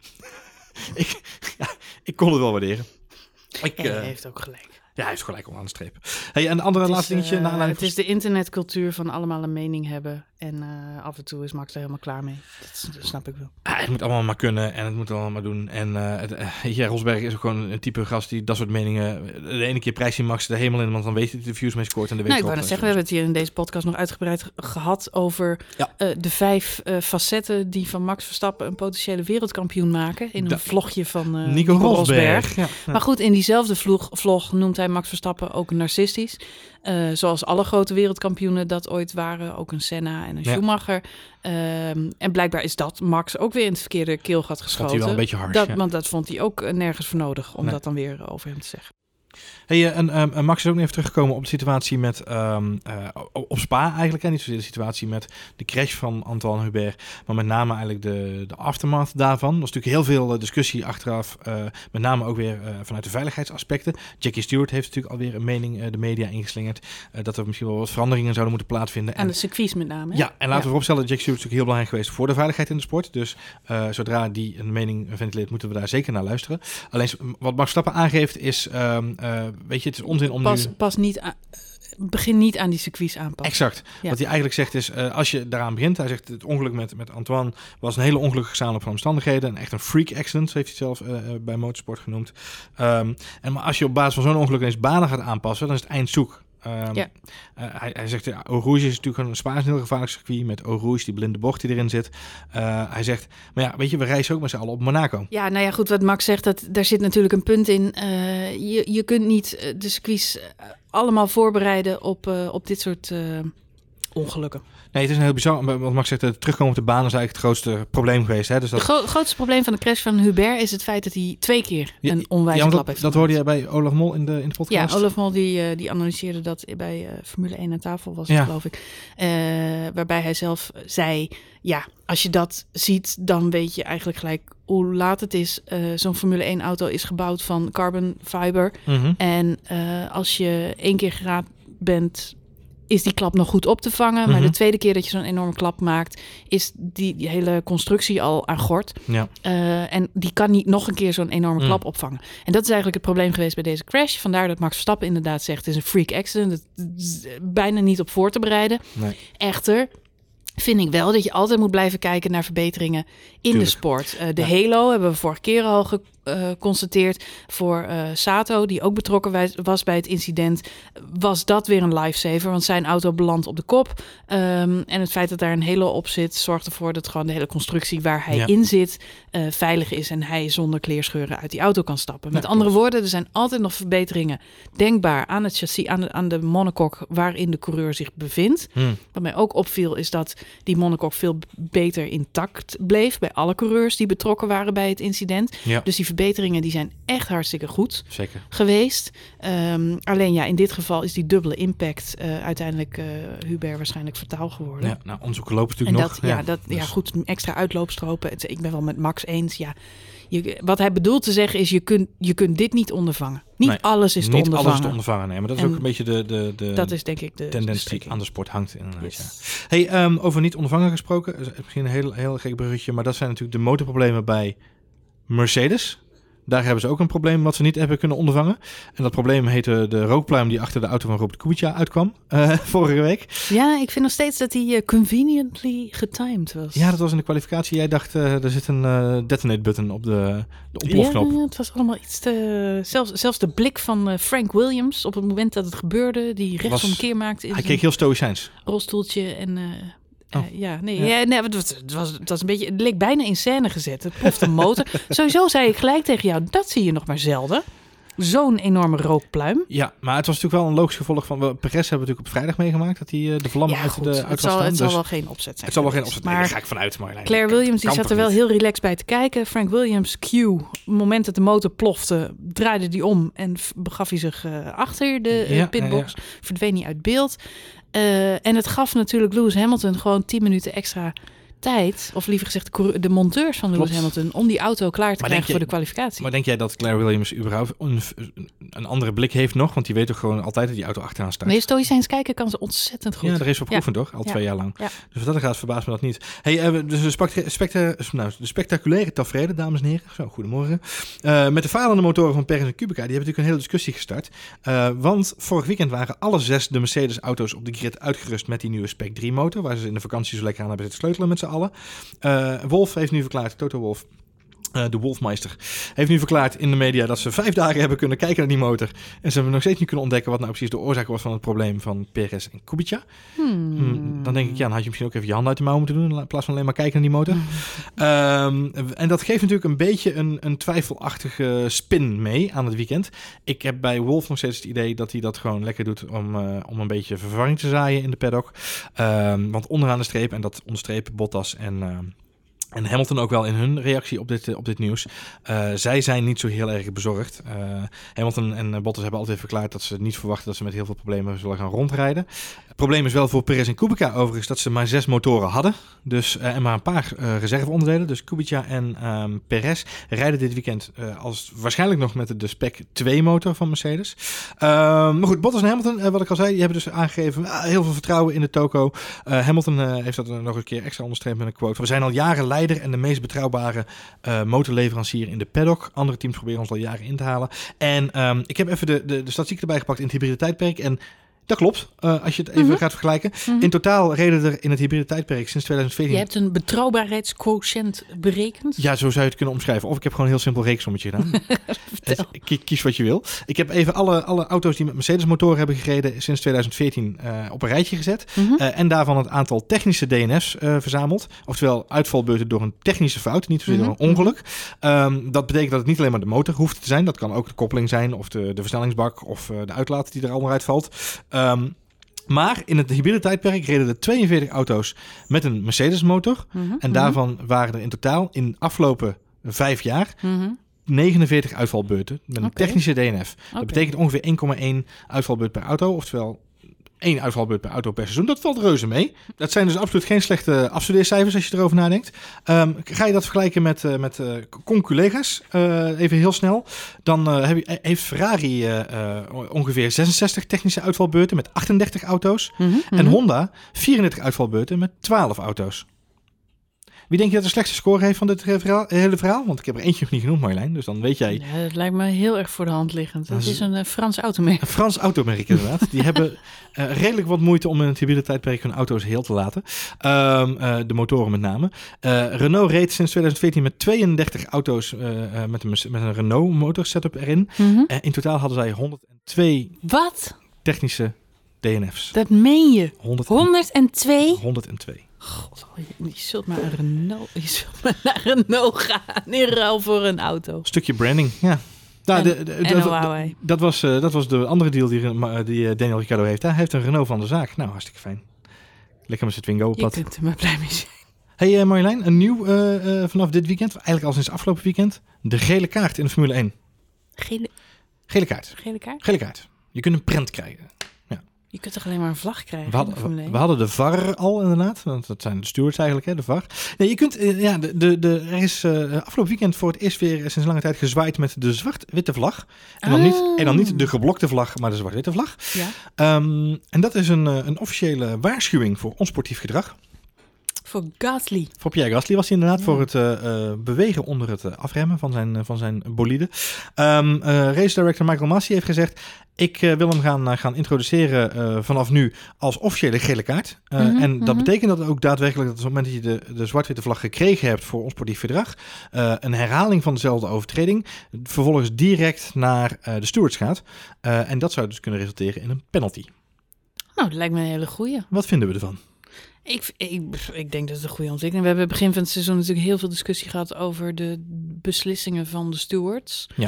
ik, ja, ik kon het wel waarderen. Ik, ja, hij uh, heeft ook gelijk. Ja, hij is gelijk onderaan de streep. Hey, en de andere Het is, laatste dingetje. Uh, na het is de internetcultuur van allemaal een mening hebben. En uh, af en toe is Max er helemaal klaar mee. Dat, dat snap ik wel. Ah, het moet allemaal maar kunnen en het moet allemaal maar doen. En uh, het, uh, ja, Rosberg is ook gewoon een type gast die dat soort meningen... De ene keer prijst hij Max de hemel in, want dan weet hij dat hij de views mee scoort. En de nou, ik wou net zeggen, we hebben het hier in deze podcast nog uitgebreid gehad over ja. uh, de vijf uh, facetten die van Max Verstappen een potentiële wereldkampioen maken. In een da- vlogje van uh, Nico, Nico Rosberg. Rosberg. Ja, ja. Maar goed, in diezelfde vlog, vlog noemt hij Max Verstappen ook narcistisch. Uh, zoals alle grote wereldkampioenen dat ooit waren. Ook een Senna en een Schumacher. Ja. Um, en blijkbaar is dat Max ook weer in het verkeerde keelgat geschoten. Vond hij wel een beetje hard. Dat, ja. Want dat vond hij ook uh, nergens voor nodig om nee. dat dan weer over hem te zeggen. Hey, en um, Max is ook nog even teruggekomen op de situatie met, um, uh, op Spa eigenlijk. Hè? Niet zozeer de situatie met de crash van Antoine Hubert, maar met name eigenlijk de, de aftermath daarvan. Er was natuurlijk heel veel discussie achteraf, uh, met name ook weer uh, vanuit de veiligheidsaspecten. Jackie Stewart heeft natuurlijk alweer een mening uh, de media ingeslingerd, uh, dat er misschien wel wat veranderingen zouden moeten plaatsvinden. Aan de circuits met name. Hè? Ja, en laten ja. we vooropstellen dat Jackie Stewart is natuurlijk heel belangrijk geweest voor de veiligheid in de sport. Dus uh, zodra die een mening ventileert, moeten we daar zeker naar luisteren. Alleen wat Max Verstappen aangeeft is... Um, Uh, weet je, het is onzin om pas, nu... Pas niet aan... Begin niet aan die circuits aanpassen. Exact. Ja. Wat hij eigenlijk zegt is, uh, als je daaraan begint... Hij zegt, het ongeluk met, met Antoine was een hele ongelukkige samenloop van omstandigheden. En echt een freak accident, heeft hij zelf uh, bij motorsport genoemd. Um, en maar als je op basis van zo'n ongeluk ineens banen gaat aanpassen... dan is het eind zoek. Um, ja. uh, hij, hij zegt, ja, Eau Rouge is natuurlijk een Spa is een heel gevaarlijk circuit met Eau Rouge, die blinde bocht die erin zit. Uh, hij zegt, maar ja, weet je, we reizen ook met z'n allen op Monaco. Ja, nou ja, goed, wat Max zegt, dat, daar zit natuurlijk een punt in. Uh, je, je kunt niet de circuits allemaal voorbereiden op, uh, op dit soort uh, ongelukken. Nee, het is een heel bizar. Wat Max zegt, het terugkomen op de baan is eigenlijk het grootste probleem geweest. Hè? Dus dat... Het gro- grootste probleem van de crash van Hubert is het feit dat hij twee keer een ja, onwijze ja, klap dat, heeft dat hoorde je bij Olaf Mol in de, in de podcast? Ja, Olaf Mol die, uh, die analyseerde dat bij uh, Formule één aan tafel was het, ja. geloof ik. Uh, waarbij hij zelf zei, ja, als je dat ziet, dan weet je eigenlijk gelijk hoe laat het is. Uh, zo'n Formule één auto is gebouwd van carbon fiber. Mm-hmm. En uh, als je één keer geraakt bent... is die klap nog goed op te vangen. Mm-hmm. Maar de tweede keer dat je zo'n enorme klap maakt... is die, die hele constructie al aan gort. Ja. Uh, en die kan niet nog een keer zo'n enorme mm. klap opvangen. En dat is eigenlijk het probleem geweest bij deze crash. Vandaar dat Max Verstappen inderdaad zegt... het is een freak accident. Het is bijna niet op voor te bereiden. Nee. Echter... vind ik wel dat je altijd moet blijven kijken naar verbeteringen in Tuurlijk. de sport. Uh, de ja. Halo hebben we vorige keer al geconstateerd. Uh, voor uh, Sato, die ook betrokken was bij het incident... was dat weer een lifesaver, want zijn auto belandt op de kop. Um, en het feit dat daar een Halo op zit... zorgt ervoor dat gewoon de hele constructie waar hij ja. in zit... Uh, veilig is en hij zonder kleerscheuren uit die auto kan stappen. Met ja, andere klopt. woorden, er zijn altijd nog verbeteringen denkbaar... aan het chassis, aan de, aan de monocoque waarin de coureur zich bevindt. Hmm. Wat mij ook opviel is dat... die monocoque veel beter intact bleef... bij alle coureurs die betrokken waren bij het incident. Ja. Dus die verbeteringen die zijn echt hartstikke goed Zeker. geweest. Um, alleen ja, in dit geval is die dubbele impact... Uh, uiteindelijk uh, Hubert waarschijnlijk fataal geworden. Ja, nou, onderzoeken lopen natuurlijk en nog. Dat, ja, ja, dat, dus. ja, goed, extra uitloopstropen. Het, ik ben wel met Max eens, ja... Je, wat hij bedoelt te zeggen is, je kunt, je kunt dit niet ondervangen. Niet nee, alles is te niet ondervangen. Niet alles is te ondervangen, nee. Maar dat is en ook een beetje de, de, de, dat is denk ik de tendens de die aan de sport hangt. Inderdaad, yes. ja. Hey, um, over niet ondervangen gesproken. Misschien een heel, heel gek bruggetje. Maar dat zijn natuurlijk de motorproblemen bij Mercedes. Daar hebben ze ook een probleem wat ze niet hebben kunnen ondervangen. En dat probleem heette de rookpluim die achter de auto van Robert Kubica uitkwam uh, vorige week. Ja, ik vind nog steeds dat hij uh, conveniently getimed was. Ja, dat was in de kwalificatie. Jij dacht, uh, er zit een uh, detonate button op de, de ontplofknop. Ja, het was allemaal iets te... Zelfs, zelfs de blik van uh, Frank Williams op het moment dat het gebeurde, die rechtsomkeer maakte. In hij keek heel stoïcijns. Rolstoeltje en... Uh, Uh, oh. Ja, nee, Ja. ja, nee het, was, het, was, het was een beetje, het leek bijna in scène gezet. Het plofte een motor. Sowieso zei ik gelijk tegen jou, dat zie je nog maar zelden. Zo'n enorme rookpluim. Ja, maar het was natuurlijk wel een logisch gevolg van... Perez hebben we natuurlijk op vrijdag meegemaakt... dat hij uh, de vlammen Ja, uit goed, de het, uit zal, staan. het zal Dus wel geen opzet zijn. het zal wel geen opzet zijn. Maar Daar ga ik vanuit. Marjolein. Claire Dat Williams die kan zat er toch wel niet? heel relaxed bij te kijken. Frank Williams, cue. Op het moment dat de motor plofte, draaide hij om... en f- begaf hij zich uh, achter de uh, Ja, pitbox. ja, ja. Verdween hij uit beeld. Uh, en het gaf natuurlijk Lewis Hamilton gewoon tien minuten extra... tijd, of liever gezegd de, cour- de monteurs van Lewis Klopt. Hamilton, om die auto klaar te Maar krijgen denk je- voor de kwalificatie. Maar denk jij dat Claire Williams überhaupt een, een andere blik heeft nog? Want die weet toch gewoon altijd dat die auto achteraan staat. Nee, stoïcijns kijken kan ze ontzettend goed. Ja, daar is op geoefend toch? Al Ja. twee jaar lang. Ja. Dus wat dat gaat, verbaast me dat niet. Hey, uh, dus de, specta- specta- nou, de spectaculaire tafereelen, dames en heren. Zo, goedemorgen. Uh, met de falende motoren van Perez en Kubica, die hebben natuurlijk een hele discussie gestart. Uh, want vorig weekend waren alle zes de Mercedes-auto's op de grid uitgerust met die nieuwe Spec drie motor, waar ze in de vakantie zo lekker aan hebben zitten sleutelen met z'n allen. Uh, Wolf heeft nu verklaard, Toto Wolff, Uh, de Wolfmeister, heeft nu verklaard in de media dat ze vijf dagen hebben kunnen kijken naar die motor. En ze hebben nog steeds niet kunnen ontdekken wat nou precies de oorzaak was van het probleem van Perez en Kubica. Hmm. Hmm, dan denk ik, ja, dan had je misschien ook even je hand uit de mouw moeten doen in plaats van alleen maar kijken naar die motor. um, en dat geeft natuurlijk een beetje een, een twijfelachtige spin mee aan het weekend. Ik heb bij Wolff nog steeds het idee dat hij dat gewoon lekker doet om, uh, om een beetje verwarring te zaaien in de paddock. Um, want onderaan de streep, en dat onderstrepen Bottas en... Uh, En Hamilton ook wel in hun reactie op dit, op dit nieuws. Uh, zij zijn niet zo heel erg bezorgd. Uh, Hamilton en Bottas hebben altijd verklaard dat ze niet verwachten dat ze met heel veel problemen zullen gaan rondrijden. Het probleem is wel voor Perez en Kubica overigens dat ze maar zes motoren hadden. Dus, uh, en maar een paar uh, reserveonderdelen. Dus Kubica en um, Perez rijden dit weekend uh, als waarschijnlijk nog met de Spec twee motor van Mercedes. Uh, maar goed, Bottas en Hamilton, uh, wat ik al zei, die hebben dus aangegeven uh, heel veel vertrouwen in de toko. Uh, Hamilton uh, heeft dat uh, nog een keer extra onderstreept met een quote. We zijn al jaren leider en de meest betrouwbare uh, motorleverancier in de paddock. Andere teams proberen ons al jaren in te halen. En um, ik heb even de, de, de statistiek erbij gepakt in het hybride tijdperk. En dat klopt, uh, als je het even Mm-hmm. gaat vergelijken. Mm-hmm. In totaal reden er in het hybride tijdperk sinds twintig veertien... Je hebt een betrouwbaarheidsquotient berekend. Ja, zo zou je het kunnen omschrijven. Of ik heb gewoon een heel simpel reeksommetje gedaan. Vertel. Kies, kies wat je wil. Ik heb even alle, alle auto's die met Mercedes motoren hebben gereden sinds twintig veertien uh, op een rijtje gezet. Mm-hmm. Uh, en daarvan het aantal technische D N F's uh, verzameld. Oftewel uitvalbeurten door een technische fout, niet zozeer Mm-hmm. door een ongeluk. Um, dat betekent dat het niet alleen maar de motor hoeft te zijn. Dat kan ook de koppeling zijn of de, de versnellingsbak of uh, de uitlaat die er allemaal uitvalt. Um, Maar in het hybride tijdperk reden er tweeënveertig auto's met een Mercedes motor. Mm-hmm. En daarvan waren er in totaal in de afgelopen vijf jaar Mm-hmm. negenenveertig uitvalbeurten met een Okay. technische D N F. Okay. Dat betekent ongeveer één komma één uitvalbeurt per auto. Oftewel één uitvalbeurt per auto per seizoen. Dat valt reuze mee. Dat zijn dus absoluut geen slechte afstudeercijfers als je erover nadenkt. Um, ga je dat vergelijken met, uh, met uh, conculega's, uh, even heel snel. Dan uh, heb je, heeft Ferrari uh, uh, ongeveer zesenzestig technische uitvalbeurten met achtendertig auto's. Mm-hmm. En Honda vierendertig uitvalbeurten met twaalf auto's. Wie denk je dat de slechtste score heeft van dit verhaal, hele verhaal? Want ik heb er eentje nog niet genoemd, Marjolein. Dus dan weet jij... Ja, dat lijkt me heel erg voor de hand liggend. Dat Het is- is een uh, Frans automerk. Een Frans automerk inderdaad. Die hebben uh, redelijk wat moeite om in het hybride tijdperk hun auto's heel te laten. Um, uh, de motoren met name. Uh, Renault reed sinds twintig veertien met tweeëndertig auto's uh, uh, met, een, met een Renault motor setup erin. Mm-hmm. Uh, in totaal hadden zij honderdtwee Wat? technische D N F's. Dat meen je? honderd, honderdtwee? honderdtwee. God, je zult maar een Renault, je zult maar naar Renault gaan in ruil voor een auto. Stukje branding, ja. Nou, En- de, de, en dat- een Huawei. dat, was, uh, dat was de andere deal die, uh, die uh, Daniel Ricciardo heeft. Hij heeft een Renault van de zaak. Nou, hartstikke fijn. Lekker met zijn Twingo op Je pad. kunt er maar blij mee zijn. Hey uh, Marjolein, een nieuw uh, uh, vanaf dit weekend, eigenlijk al sinds afgelopen weekend, de gele kaart in de Formule één. Gele, Gele kaart. gele kaart? Gele kaart. Je kunt een prent krijgen. Je kunt toch alleen maar een vlag krijgen? We in de hadden, Formule we, één? we hadden de V A R al inderdaad, want dat zijn de stewards eigenlijk, hè, de V A R. Nee, je kunt, uh, ja, de, de, de, er is uh, afgelopen weekend voor het eerst weer sinds lange tijd gezwaaid met de zwart-witte vlag. En dan, Ah. niet, en dan niet de geblokte vlag, maar de zwart-witte vlag. Ja. Um, en dat is een, uh, een officiële waarschuwing voor onsportief gedrag. Voor Gasly. Voor Pierre Gasly was hij inderdaad Ja. voor het uh, uh, bewegen onder het uh, afremmen van zijn, uh, van zijn bolide. Um, uh, race director Michael Masi heeft gezegd, ik uh, wil hem gaan, uh, gaan introduceren uh, vanaf nu als officiële gele kaart. Uh, mm-hmm, en dat mm-hmm. betekent dat ook daadwerkelijk dat op het moment dat je de, de zwart-witte vlag gekregen hebt voor ons sportief verdrag, uh, een herhaling van dezelfde overtreding vervolgens direct naar uh, de stewards gaat. Uh, en dat zou dus kunnen resulteren in een penalty. Nou, dat lijkt me een hele goeie. Wat vinden we ervan? Ik, ik, ik denk dat het een goede ontwikkeling. We hebben begin van het seizoen natuurlijk heel veel discussie gehad over de beslissingen van de stewards. Ja.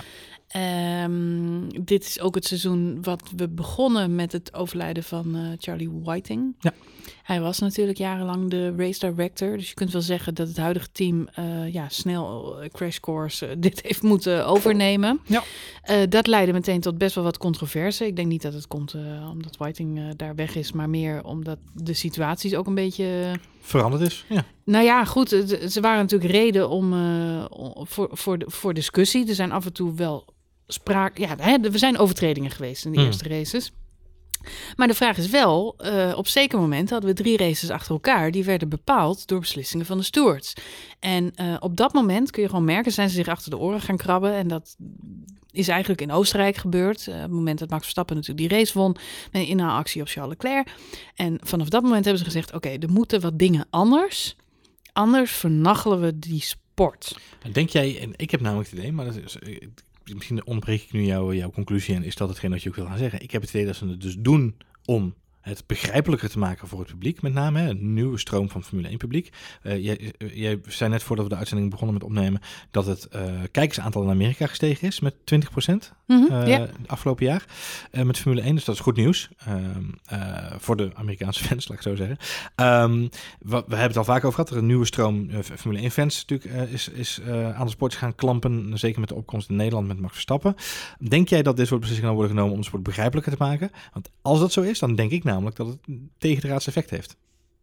Um, dit is ook het seizoen wat we begonnen met het overlijden van uh, Charlie Whiting. Ja. Hij was natuurlijk jarenlang de race director. Dus je kunt wel zeggen dat het huidige team uh, ja, snel uh, crash course uh, dit heeft moeten overnemen. Ja. Uh, dat leidde meteen tot best wel wat controverse. Ik denk niet dat het komt uh, omdat Whiting uh, daar weg is, maar meer omdat de situaties ook een beetje Uh, veranderd is. Ja. Nou ja, goed. Ze waren natuurlijk reden om uh, voor, voor, de, voor discussie. Er zijn af en toe wel sprake. Ja, er zijn overtredingen geweest in de mm. eerste races. Maar de vraag is wel, uh, op zeker moment hadden we drie races achter elkaar. Die werden bepaald door beslissingen van de stewards. En uh, op dat moment kun je gewoon merken, zijn ze zich achter de oren gaan krabben. En dat is eigenlijk in Oostenrijk gebeurd. Uh, op het moment dat Max Verstappen natuurlijk die race won met een inhaalactie op Charles Leclerc. En vanaf dat moment hebben ze gezegd, oké, okay, er moeten wat dingen anders. Anders vernachelen we die sport. Denk jij, en ik heb namelijk het idee, maar dat is, misschien ontbreek ik nu jou, jouw conclusie en is dat hetgeen wat je ook wil gaan zeggen. Ik heb het idee dat ze het dus doen om het begrijpelijker te maken voor het publiek, met name hè, een nieuwe stroom van Formule één publiek. Uh, jij, jij zei net voordat we de uitzending begonnen met opnemen dat het uh, kijkersaantal in Amerika gestegen is met twintig procent mm-hmm, uh, yeah. afgelopen jaar uh, met Formule één. Dus dat is goed nieuws uh, uh, voor de Amerikaanse fans, laat ik zo zeggen. Um, we, we hebben het al vaak over gehad, er een nieuwe stroom uh, Formule één fans natuurlijk uh, is, is uh, aan de sport gaan klampen, zeker met de opkomst in Nederland met Max Verstappen. Denk jij dat dit soort beslissingen worden genomen om de sport begrijpelijker te maken? Want als dat zo is, dan denk ik namelijk dat het een tegendraads effect heeft.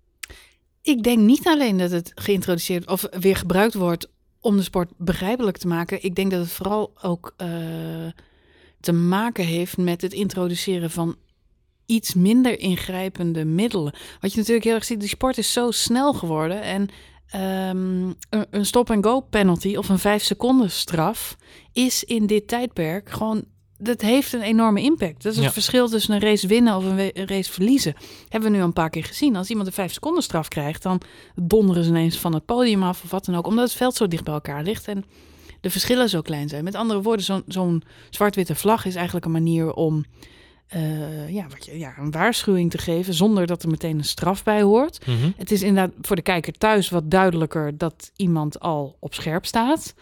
Ik denk niet alleen dat het geïntroduceerd of weer gebruikt wordt om de sport begrijpelijk te maken. Ik denk dat het vooral ook uh, te maken heeft met het introduceren van iets minder ingrijpende middelen. Wat je natuurlijk heel erg ziet, die sport is zo snel geworden en um, een, een stop-and-go penalty of een vijf seconden straf is in dit tijdperk gewoon. Dat heeft een enorme impact. Dat is het ja. verschil tussen een race winnen of een, we- een race verliezen. Hebben we nu al een paar keer gezien. Als iemand een vijf seconden straf krijgt, dan donderen ze ineens van het podium af of wat dan ook. Omdat het veld zo dicht bij elkaar ligt en de verschillen zo klein zijn. Met andere woorden, zo'n, zo'n zwart-witte vlag is eigenlijk een manier om uh, ja, wat je, ja, een waarschuwing te geven zonder dat er meteen een straf bij hoort. Mm-hmm. Het is inderdaad voor de kijker thuis wat duidelijker dat iemand al op scherp staat.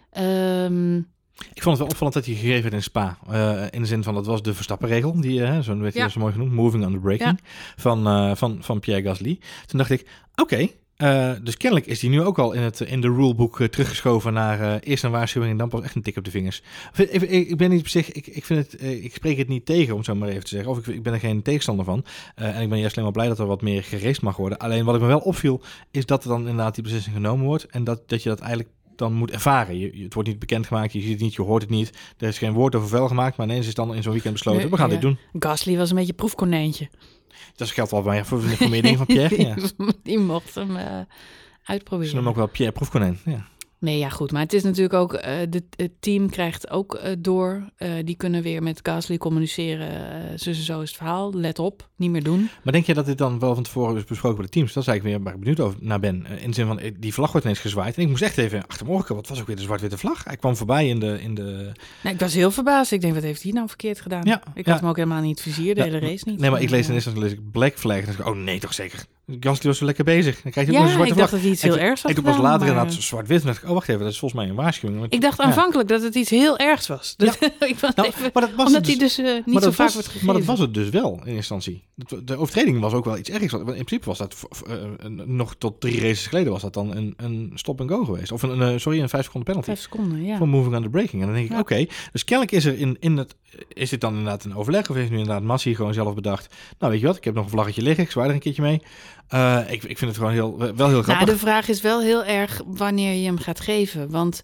Um, Ik vond het wel opvallend dat hij gegeven werd in Spa. Uh, in de zin van, dat was de Verstappen-regel. Die, uh, zo werd hij ja. zo mooi genoemd. Moving on the braking. Ja. Van, uh, van, van Pierre Gasly. Toen dacht ik, oké. Okay, uh, dus kennelijk is hij nu ook al in, het, in de rulebook uh, teruggeschoven naar uh, eerst een waarschuwing en dan pas echt een tik op de vingers. Ik, ik, ik ben niet op zich, ik, ik, vind het, uh, ik spreek het niet tegen, om het zo maar even te zeggen. Of ik, ik ben er geen tegenstander van. Uh, en ik ben juist alleen maar blij dat er wat meer geraced mag worden. Alleen wat ik me wel opviel, is dat er dan inderdaad die beslissing genomen wordt. En dat, dat je dat eigenlijk dan moet ervaren. Je, je, het wordt niet bekendgemaakt, je ziet het niet, je hoort het niet. Er is geen woord over vuil gemaakt, maar ineens is het dan in zo'n weekend besloten. Nee, we gaan ja. dit doen. Gasly was een beetje proefkonijntje. Dat geldt wel bij voor, voor meer dingen van Pierre. Ja. Die mocht hem uh, uitproberen. Ze noemen ook wel Pierre Proefkonijn. Ja. Nee, ja goed. Maar het is natuurlijk ook, uh, de, het team krijgt ook uh, door. Uh, die kunnen weer met Gasly communiceren. Uh, zo, zo is het verhaal. Let op, niet meer doen. Maar denk je dat dit dan wel van tevoren is besproken bij de teams? Dat is eigenlijk weer waar ik benieuwd over naar ben. Uh, in de zin van, die vlag wordt ineens gezwaaid. En ik moest echt even achter me oren. Wat was ook weer de zwart-witte vlag? Hij kwam voorbij in de... In de... Nee, ik was heel verbaasd. Ik denk, wat heeft hij nou verkeerd gedaan? Ja, ik ja. had hem ook helemaal niet vizier, de ja, hele race niet. Nee, maar ik lees dan eerst lees ik black flag. En dan denk ik, oh nee, toch zeker. Gasly was zo lekker bezig. Dan krijg je ook ja, een zwarte ik dacht vlag. dat hij iets heel ik, ergs had Ik doe pas gedaan, later maar... inderdaad zwart-wit. En dacht ik, oh wacht even, dat is volgens mij een waarschuwing. Ik dacht aanvankelijk ja. dat het iets heel ergs was. Dus ja. ik was nou, even, maar dat was omdat hij dus, dus uh, niet zo vaak was, wordt gegeven. Maar dat was het dus wel in instantie. De overtreding was ook wel iets ergs. In principe was dat uh, nog tot drie races geleden was dat dan een, een stop-and-go geweest. Of een, uh, sorry, een vijf seconden penalty. Vijf seconden, ja. Voor moving on the braking. En dan denk ik, ja. oké. Okay, dus kennelijk is er in, in het... Is dit dan inderdaad een overleg? Of heeft nu inderdaad Masi gewoon zelf bedacht? Nou, weet je wat? Ik heb nog een vlaggetje liggen. Ik zwaai er een keertje mee. Uh, ik, ik vind het gewoon heel, wel heel grappig. Nou, de vraag is wel heel erg wanneer je hem gaat geven. Want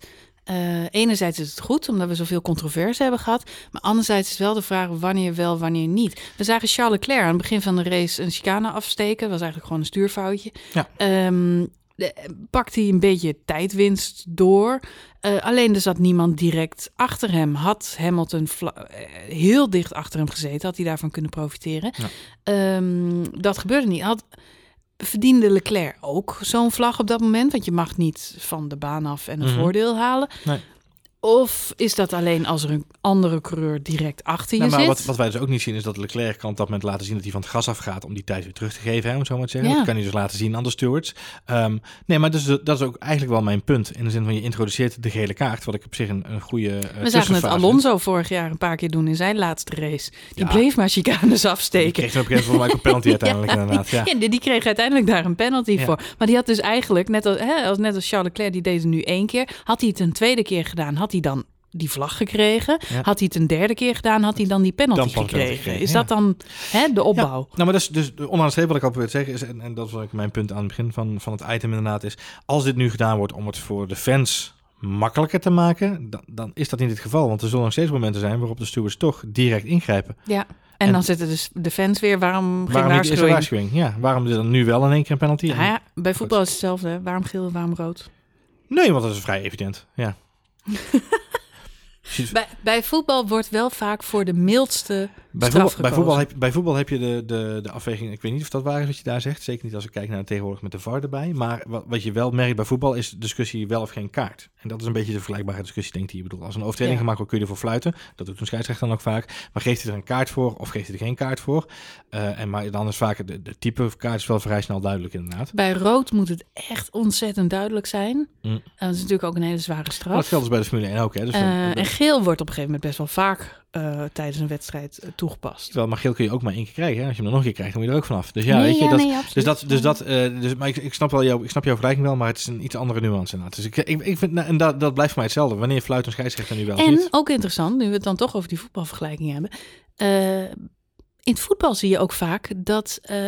Uh, enerzijds is het goed, omdat we zoveel controverse hebben gehad. Maar anderzijds is wel de vraag wanneer wel, wanneer niet. We zagen Charles Leclerc aan het begin van de race een chicane afsteken. Dat was eigenlijk gewoon een stuurfoutje. Ja. Um, de, pakt hij een beetje tijdwinst door. Uh, alleen er zat niemand direct achter hem. Had Hamilton vla- heel dicht achter hem gezeten, had hij daarvan kunnen profiteren. Ja. Um, dat gebeurde niet. Had... Verdiende Leclerc ook zo'n vlag op dat moment? Want je mag niet van de baan af en een mm-hmm. voordeel halen. Nee. Of is dat alleen als er een andere coureur direct achter je nou, maar zit? Wat, wat wij dus ook niet zien is dat Leclerc kan op dat moment laten zien dat hij van het gas afgaat om die tijd weer terug te geven, hè, om het zo maar te zeggen. Ja. Dat kan hij dus laten zien aan de stewards. Um, nee, maar dus, dat is ook eigenlijk wel mijn punt. In de zin van je introduceert de gele kaart, wat ik op zich een, een goede uh, We zagen het Alonso vind. vorig jaar een paar keer doen in zijn laatste race. Die ja. bleef maar chicanes afsteken. Die kreeg er op een gegeven moment een penalty uiteindelijk ja. inderdaad. Ja. ja, die, die kreeg uiteindelijk daar een penalty ja. voor. Maar die had dus eigenlijk, net als, hè, als, net als Charles Leclerc, die deed het nu één keer. Had hij het een tweede keer gedaan, had hij dan die vlag gekregen. Ja. Had hij het een derde keer gedaan, had hij dan die penalty dan gekregen. gekregen. Is ja. dat dan hè, de opbouw? Ja. Nou, maar dat is dus onderaan de streep wat ik al probeer te zeggen is, en, en dat was ook mijn punt aan het begin van, van het item inderdaad, is als dit nu gedaan wordt om het voor de fans makkelijker te maken, dan, dan is dat niet het geval. Want er zullen nog steeds momenten zijn waarop de stewards toch direct ingrijpen. Ja. En, en dan zitten dus de fans weer, waarom geen waarom waarschuwing? Is er waarschuwing? Ja, waarom is er dan nu wel in één keer een penalty? Ja, ja, bij voetbal is het hetzelfde. Waarom geel, waarom rood? Nee, want dat is vrij evident. Ja. Bij, bij voetbal wordt wel vaak voor de mildste bij straf voetbal, bij voetbal, heb, bij voetbal heb je de, de, de afweging, ik weet niet of dat waar is wat je daar zegt, zeker niet als ik kijk naar tegenwoordig met de V A R erbij, maar wat, wat je wel merkt bij voetbal is discussie wel of geen kaart. En dat is een beetje de vergelijkbare discussie, denk ik, die je bedoelt. Als een overtreding ja. gemaakt wordt, kun je ervoor fluiten. Dat doet een scheidsrechter dan ook vaak. Maar geeft hij er een kaart voor of geeft hij er geen kaart voor? Uh, en maar dan is vaak de, de type kaart is wel vrij snel duidelijk inderdaad. Bij rood moet het echt ontzettend duidelijk zijn. Mm. Uh, dat is natuurlijk ook een hele zware straf. Maar dat geldt dus bij de Formule één ook. Hè? Dus uh, dan, en geel wordt op een gegeven moment best wel vaak uh, tijdens een wedstrijd uh, toegepast. Wel, maar geel kun je ook maar één keer krijgen. Hè? Als je hem dan nog een keer krijgt, dan moet je er ook vanaf. Dus ja, nee, weet je, ja, dat, nee, dus dat, dus dat, uh, dus, maar ik, ik snap wel jouw, ik snap jouw vergelijking wel, maar het is een iets andere nuance inderdaad. Dus ik, ik, ik vind, nou, en dat, dat blijft voor mij hetzelfde. Wanneer fluit een scheidsrechter nu wel en niet? Ook interessant, nu we het dan toch over die voetbalvergelijking hebben. Uh, in het voetbal zie je ook vaak dat uh,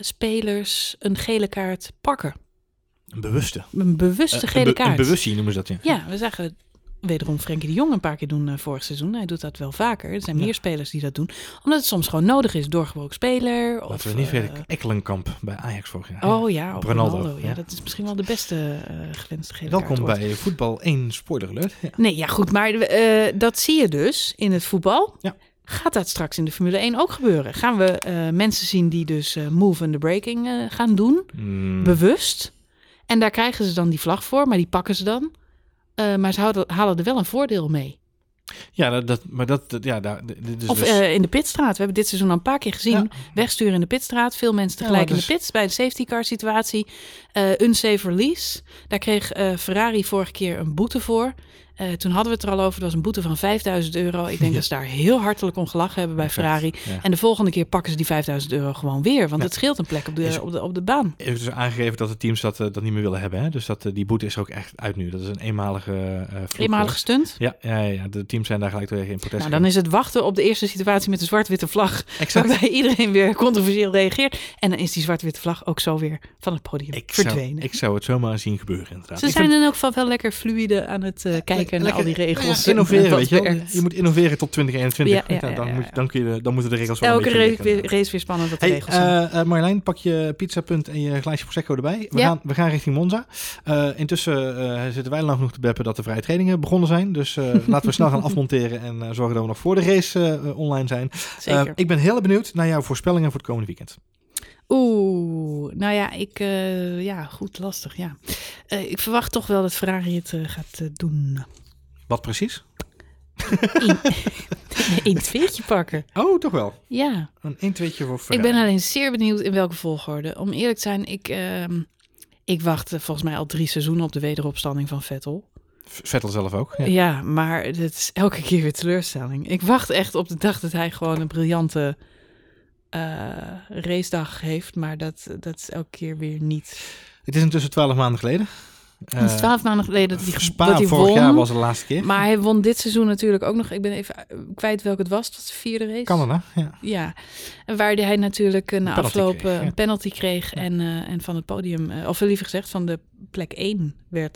spelers een gele kaart pakken. Een bewuste. Een bewuste uh, gele een be- kaart. Een bewustzijn noemen ze dat, ja. Ja, we zagen wederom Frenkie de Jong een paar keer doen uh, vorig seizoen. Hij doet dat wel vaker. Er zijn ja. meer spelers die dat doen. Omdat het soms gewoon nodig is. Doorgebroken speler. Laten of, we niet vergeten. Uh, Ekkelenkamp bij Ajax vorig jaar. Oh ja, op Ronaldo. Ronaldo. Ja, ja, dat is misschien wel de beste uh, gewenste gele Welkom kaart. Welkom bij Voetbal één Spoiler Alert. Ja. Nee, ja goed. Maar uh, dat zie je dus in het voetbal. Ja. Gaat dat straks in de Formule één ook gebeuren? Gaan we uh, mensen zien die dus uh, move and the breaking uh, gaan doen? Mm. Bewust. En daar krijgen ze dan die vlag voor, maar die pakken ze dan. Uh, maar ze houden, halen er wel een voordeel mee. Ja, dat, dat, maar dat, dat ja, daar. Dus, of uh, in de pitstraat. We hebben dit seizoen al een paar keer gezien. Ja. Wegsturen in de pitstraat. Veel mensen tegelijk ja, dus... in de pits bij de safety car situatie. Uh, unsafe release. Daar kreeg uh, Ferrari vorige keer een boete voor. Uh, toen hadden we het er al over. Het was een boete van vijfduizend euro. Ik denk ja. dat ze daar heel hartelijk om gelachen hebben bij Ferrari. Ja. En de volgende keer pakken ze die vijfduizend euro gewoon weer. Want ja. het scheelt een plek op de, is, op de, op de baan. Het is dus aangegeven dat de teams dat, uh, dat niet meer willen hebben. Hè? Dus dat, uh, die boete is er ook echt uit nu. Dat is een eenmalige uh, Eenmalige stunt? Ja, ja, ja, ja, de teams zijn daar gelijk tegen in protest. Nou, dan is het wachten op de eerste situatie met de zwart-witte vlag. Exact. Waarbij iedereen weer controversieel reageert. En dan is die zwart-witte vlag ook zo weer van het podium ik verdwenen. Zou, ik zou het zomaar zien gebeuren inderdaad. Ze ik zijn vind... in elk geval wel lekker fluïde aan het uh, kijken lekker, naar al die regels. Ja, innoveren, weet je wel. Je moet innoveren tot twintig eenentwintig. Ja, ja, ja, dan, ja, ja. Moet, dan, kun je, dan moeten de regels wel elke een beetje race weer, race weer spannend wat de hey, regels zijn. Uh, uh, Marjolein, pak je pizzapunt en je glaasje Prosecco erbij. We, ja. gaan, we gaan richting Monza. Uh, intussen uh, zitten wij lang genoeg te beppen dat de vrije trainingen begonnen zijn. Dus uh, laten we snel gaan afmonteren en uh, zorgen dat we nog voor de race uh, online zijn. Zeker. Uh, ik ben heel benieuwd naar jouw voorspellingen voor het komende weekend. Oeh, nou ja, ik, uh, ja, goed, lastig, ja. Uh, ik verwacht toch wel dat Ferrari het uh, gaat uh, doen. Wat precies? Een tweetje pakken. Oh, toch wel? Ja. Een een tweetje voor Ferrari. Ik ben alleen zeer benieuwd in welke volgorde. Om eerlijk te zijn, ik, uh, ik wacht uh, volgens mij al drie seizoenen op de wederopstanding van Vettel. Vettel zelf ook. Ja, ja, maar het is elke keer weer teleurstelling. Ik wacht echt op de dag dat hij gewoon een briljante uh, racedag heeft, maar dat, dat is elke keer weer niet. Het is intussen twaalf maanden geleden. Het is twaalf maanden geleden dat hij, Spa, dat hij vorig won. jaar was de laatste keer. Maar hij won dit seizoen natuurlijk ook nog. Ik ben even kwijt welke het was. Het was de vierde race. Canada, ja. Ja, en waar hij natuurlijk na afloop kreeg, ja. een penalty kreeg. Ja. En, uh, en van het podium, uh, of liever gezegd van de plek één werd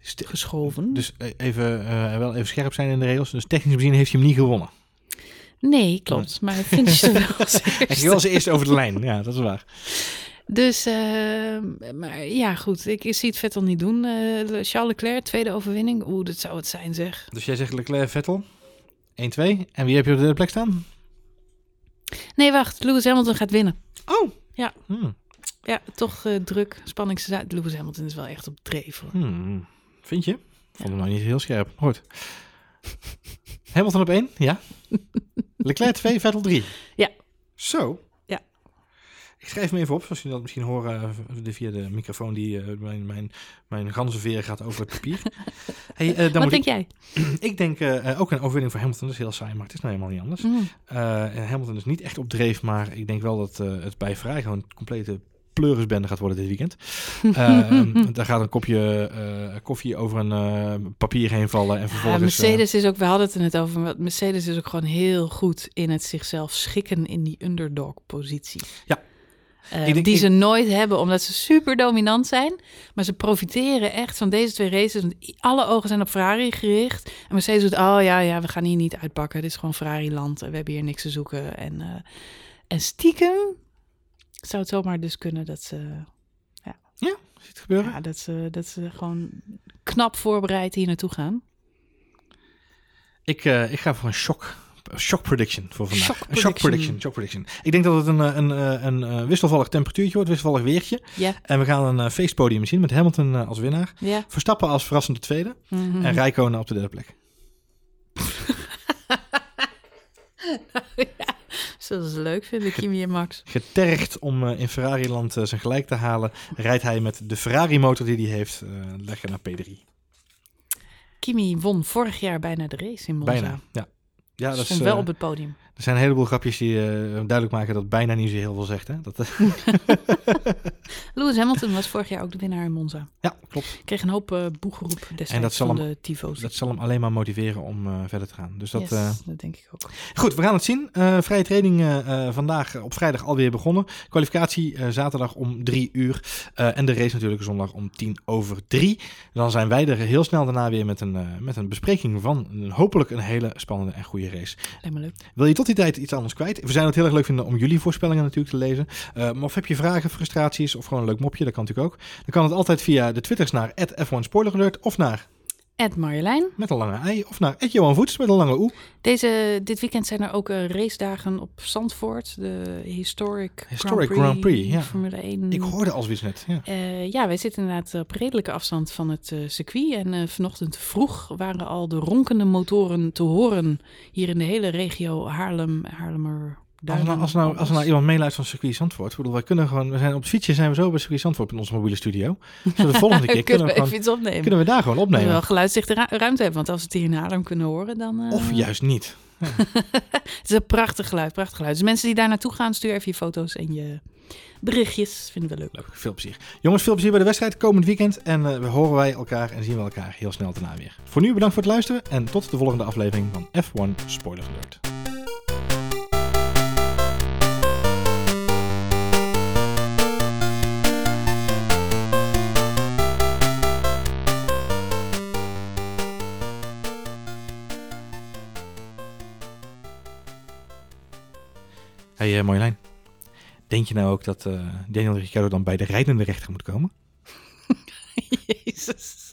st- geschoven. Dus even, uh, wel even scherp zijn in de regels. Dus technisch gezien heeft hij hem niet gewonnen. Nee, klopt. Maar finish er wel als eerste. Hij ging wel als eerste over de lijn. Ja, dat is waar. Dus, uh, maar ja, goed. Ik, ik zie het Vettel niet doen. Uh, Charles Leclerc, tweede overwinning. Oeh, dat zou het zijn, zeg. Dus jij zegt Leclerc, Vettel. één twee. En wie heb je op de derde plek staan? Nee, wacht. Lewis Hamilton gaat winnen. Oh. Ja. Hmm. Ja, toch uh, druk. Spanning. Lewis Hamilton is wel echt op dreef, hoor. Hmm. Vind je? Vond hem ja. nou niet heel scherp. Goed. Hamilton op één, ja. Leclerc twee, Vettel drie. Ja. Zo. Ja. Ik schrijf me even op, zoals jullie dat misschien horen uh, via de microfoon die uh, mijn, mijn, mijn ganzenveer gaat over het papier. Hey, uh, dan Wat moet denk ik, jij? Ik denk uh, ook een overwinning voor Hamilton. Dat is heel saai, maar het is nou helemaal niet anders. Mm. Uh, Hamilton is niet echt op dreef, maar ik denk wel dat uh, het bij Ferrari gewoon een complete pleurisbende gaat worden dit weekend. Uh, daar gaat een kopje uh, koffie over een uh, papier heen vallen en vervolgens... Ja, Mercedes is ook, we hadden het er net over, maar Mercedes is ook gewoon heel goed in het zichzelf schikken in die underdog-positie. Ja. Uh, denk, die ik... ze nooit hebben, omdat ze super dominant zijn. Maar ze profiteren echt van deze twee races. Want alle ogen zijn op Ferrari gericht. En Mercedes doet, oh ja, ja, we gaan hier niet uitpakken. Dit is gewoon Ferrari-land. We hebben hier niks te zoeken. En, uh, en stiekem zou het zomaar dus kunnen dat ze... Ja, ja ziet het gebeuren? Ja, dat ze, dat ze gewoon knap voorbereid hier naartoe gaan. Ik, uh, ik ga voor een shock... Shock prediction voor vandaag. Shock prediction. Shock prediction, shock prediction. Ik denk dat het een, een, een, een wisselvallig temperatuurtje wordt, wisselvallig weertje. Yeah. En we gaan een feestpodium zien met Hamilton uh, als winnaar. Yeah. Verstappen als verrassende tweede. Mm-hmm. En Räikkönen op de derde plek. Nou, ja. Zullen ze leuk vinden, Kimi en Max. Getergd om uh, in Ferrari-land uh, zijn gelijk te halen, rijdt hij met de Ferrari-motor die hij heeft uh, lekker naar P drie. Kimi won vorig jaar bijna de race in Monza. Bijna, ja. Ja, dat stond is, wel uh, op het podium. Er zijn een heleboel grapjes die uh, duidelijk maken dat bijna niet zo heel veel zegt. Hè? Dat, uh... Lewis Hamilton was vorig jaar ook de winnaar in Monza. Ja, klopt. Kreeg een hoop uh, boegeroep destijds en dat zal van hem, de tifo's. Dat zal hem alleen maar motiveren om uh, verder te gaan. Dus dat, yes, uh... dat denk ik ook. Goed, we gaan het zien. Uh, vrije training uh, uh, vandaag op vrijdag alweer begonnen. Kwalificatie uh, zaterdag om drie uur. Uh, en de race natuurlijk zondag om tien over drie. Dan zijn wij er heel snel daarna weer met een, uh, met een bespreking van een, hopelijk een hele spannende en goede race. Helemaal leuk. Wil je tot die tijd iets anders kwijt? We zouden het heel erg leuk vinden om jullie voorspellingen natuurlijk te lezen. Uh, of heb je vragen, frustraties of gewoon een leuk mopje? Dat kan natuurlijk ook. Dan kan het altijd via de Twitters naar at F one Spoiler Alert of naar at Marjolein met een lange ei of naar at Johan Voets met een lange oe. Deze, dit weekend zijn er ook uh, racedagen op Zandvoort. De Historic, Historic Grand Prix, Grand Prix ja. Formule één. Ik hoorde al zoiets net. Ja. Uh, ja, wij zitten inderdaad op redelijke afstand van het uh, circuit. En uh, vanochtend vroeg waren al de ronkende motoren te horen hier in de hele regio Haarlem, Haarlemmer. Als er, nou, als, nou, als er nou iemand meeluistert van circuit Zandvoort, ik bedoel, wij kunnen gewoon, we zijn op het fietsje zijn we zo bij circuit Zandvoort in onze mobiele studio. Dus de volgende keer kunnen we, kunnen we, gewoon, iets opnemen. kunnen we daar gewoon opnemen. We wel geluidsdichte ru- ruimte hebben, want als we het hier in Haarlem kunnen horen, dan... Uh... Of juist niet. Ja. Het is een prachtig geluid, prachtig geluid. Dus mensen die daar naartoe gaan, stuur even je foto's en je berichtjes. Vinden we leuk. Leuk, veel plezier. Jongens, veel plezier bij de wedstrijd komend weekend. En uh, we horen wij elkaar en zien we elkaar heel snel daarna weer. Voor nu bedankt voor het luisteren en tot de volgende aflevering van F one Spoiler Alert. Hey uh, Marjolein, denk je nou ook dat uh, Daniel Ricciardo dan bij de rijdende rechter moet komen? Jezus.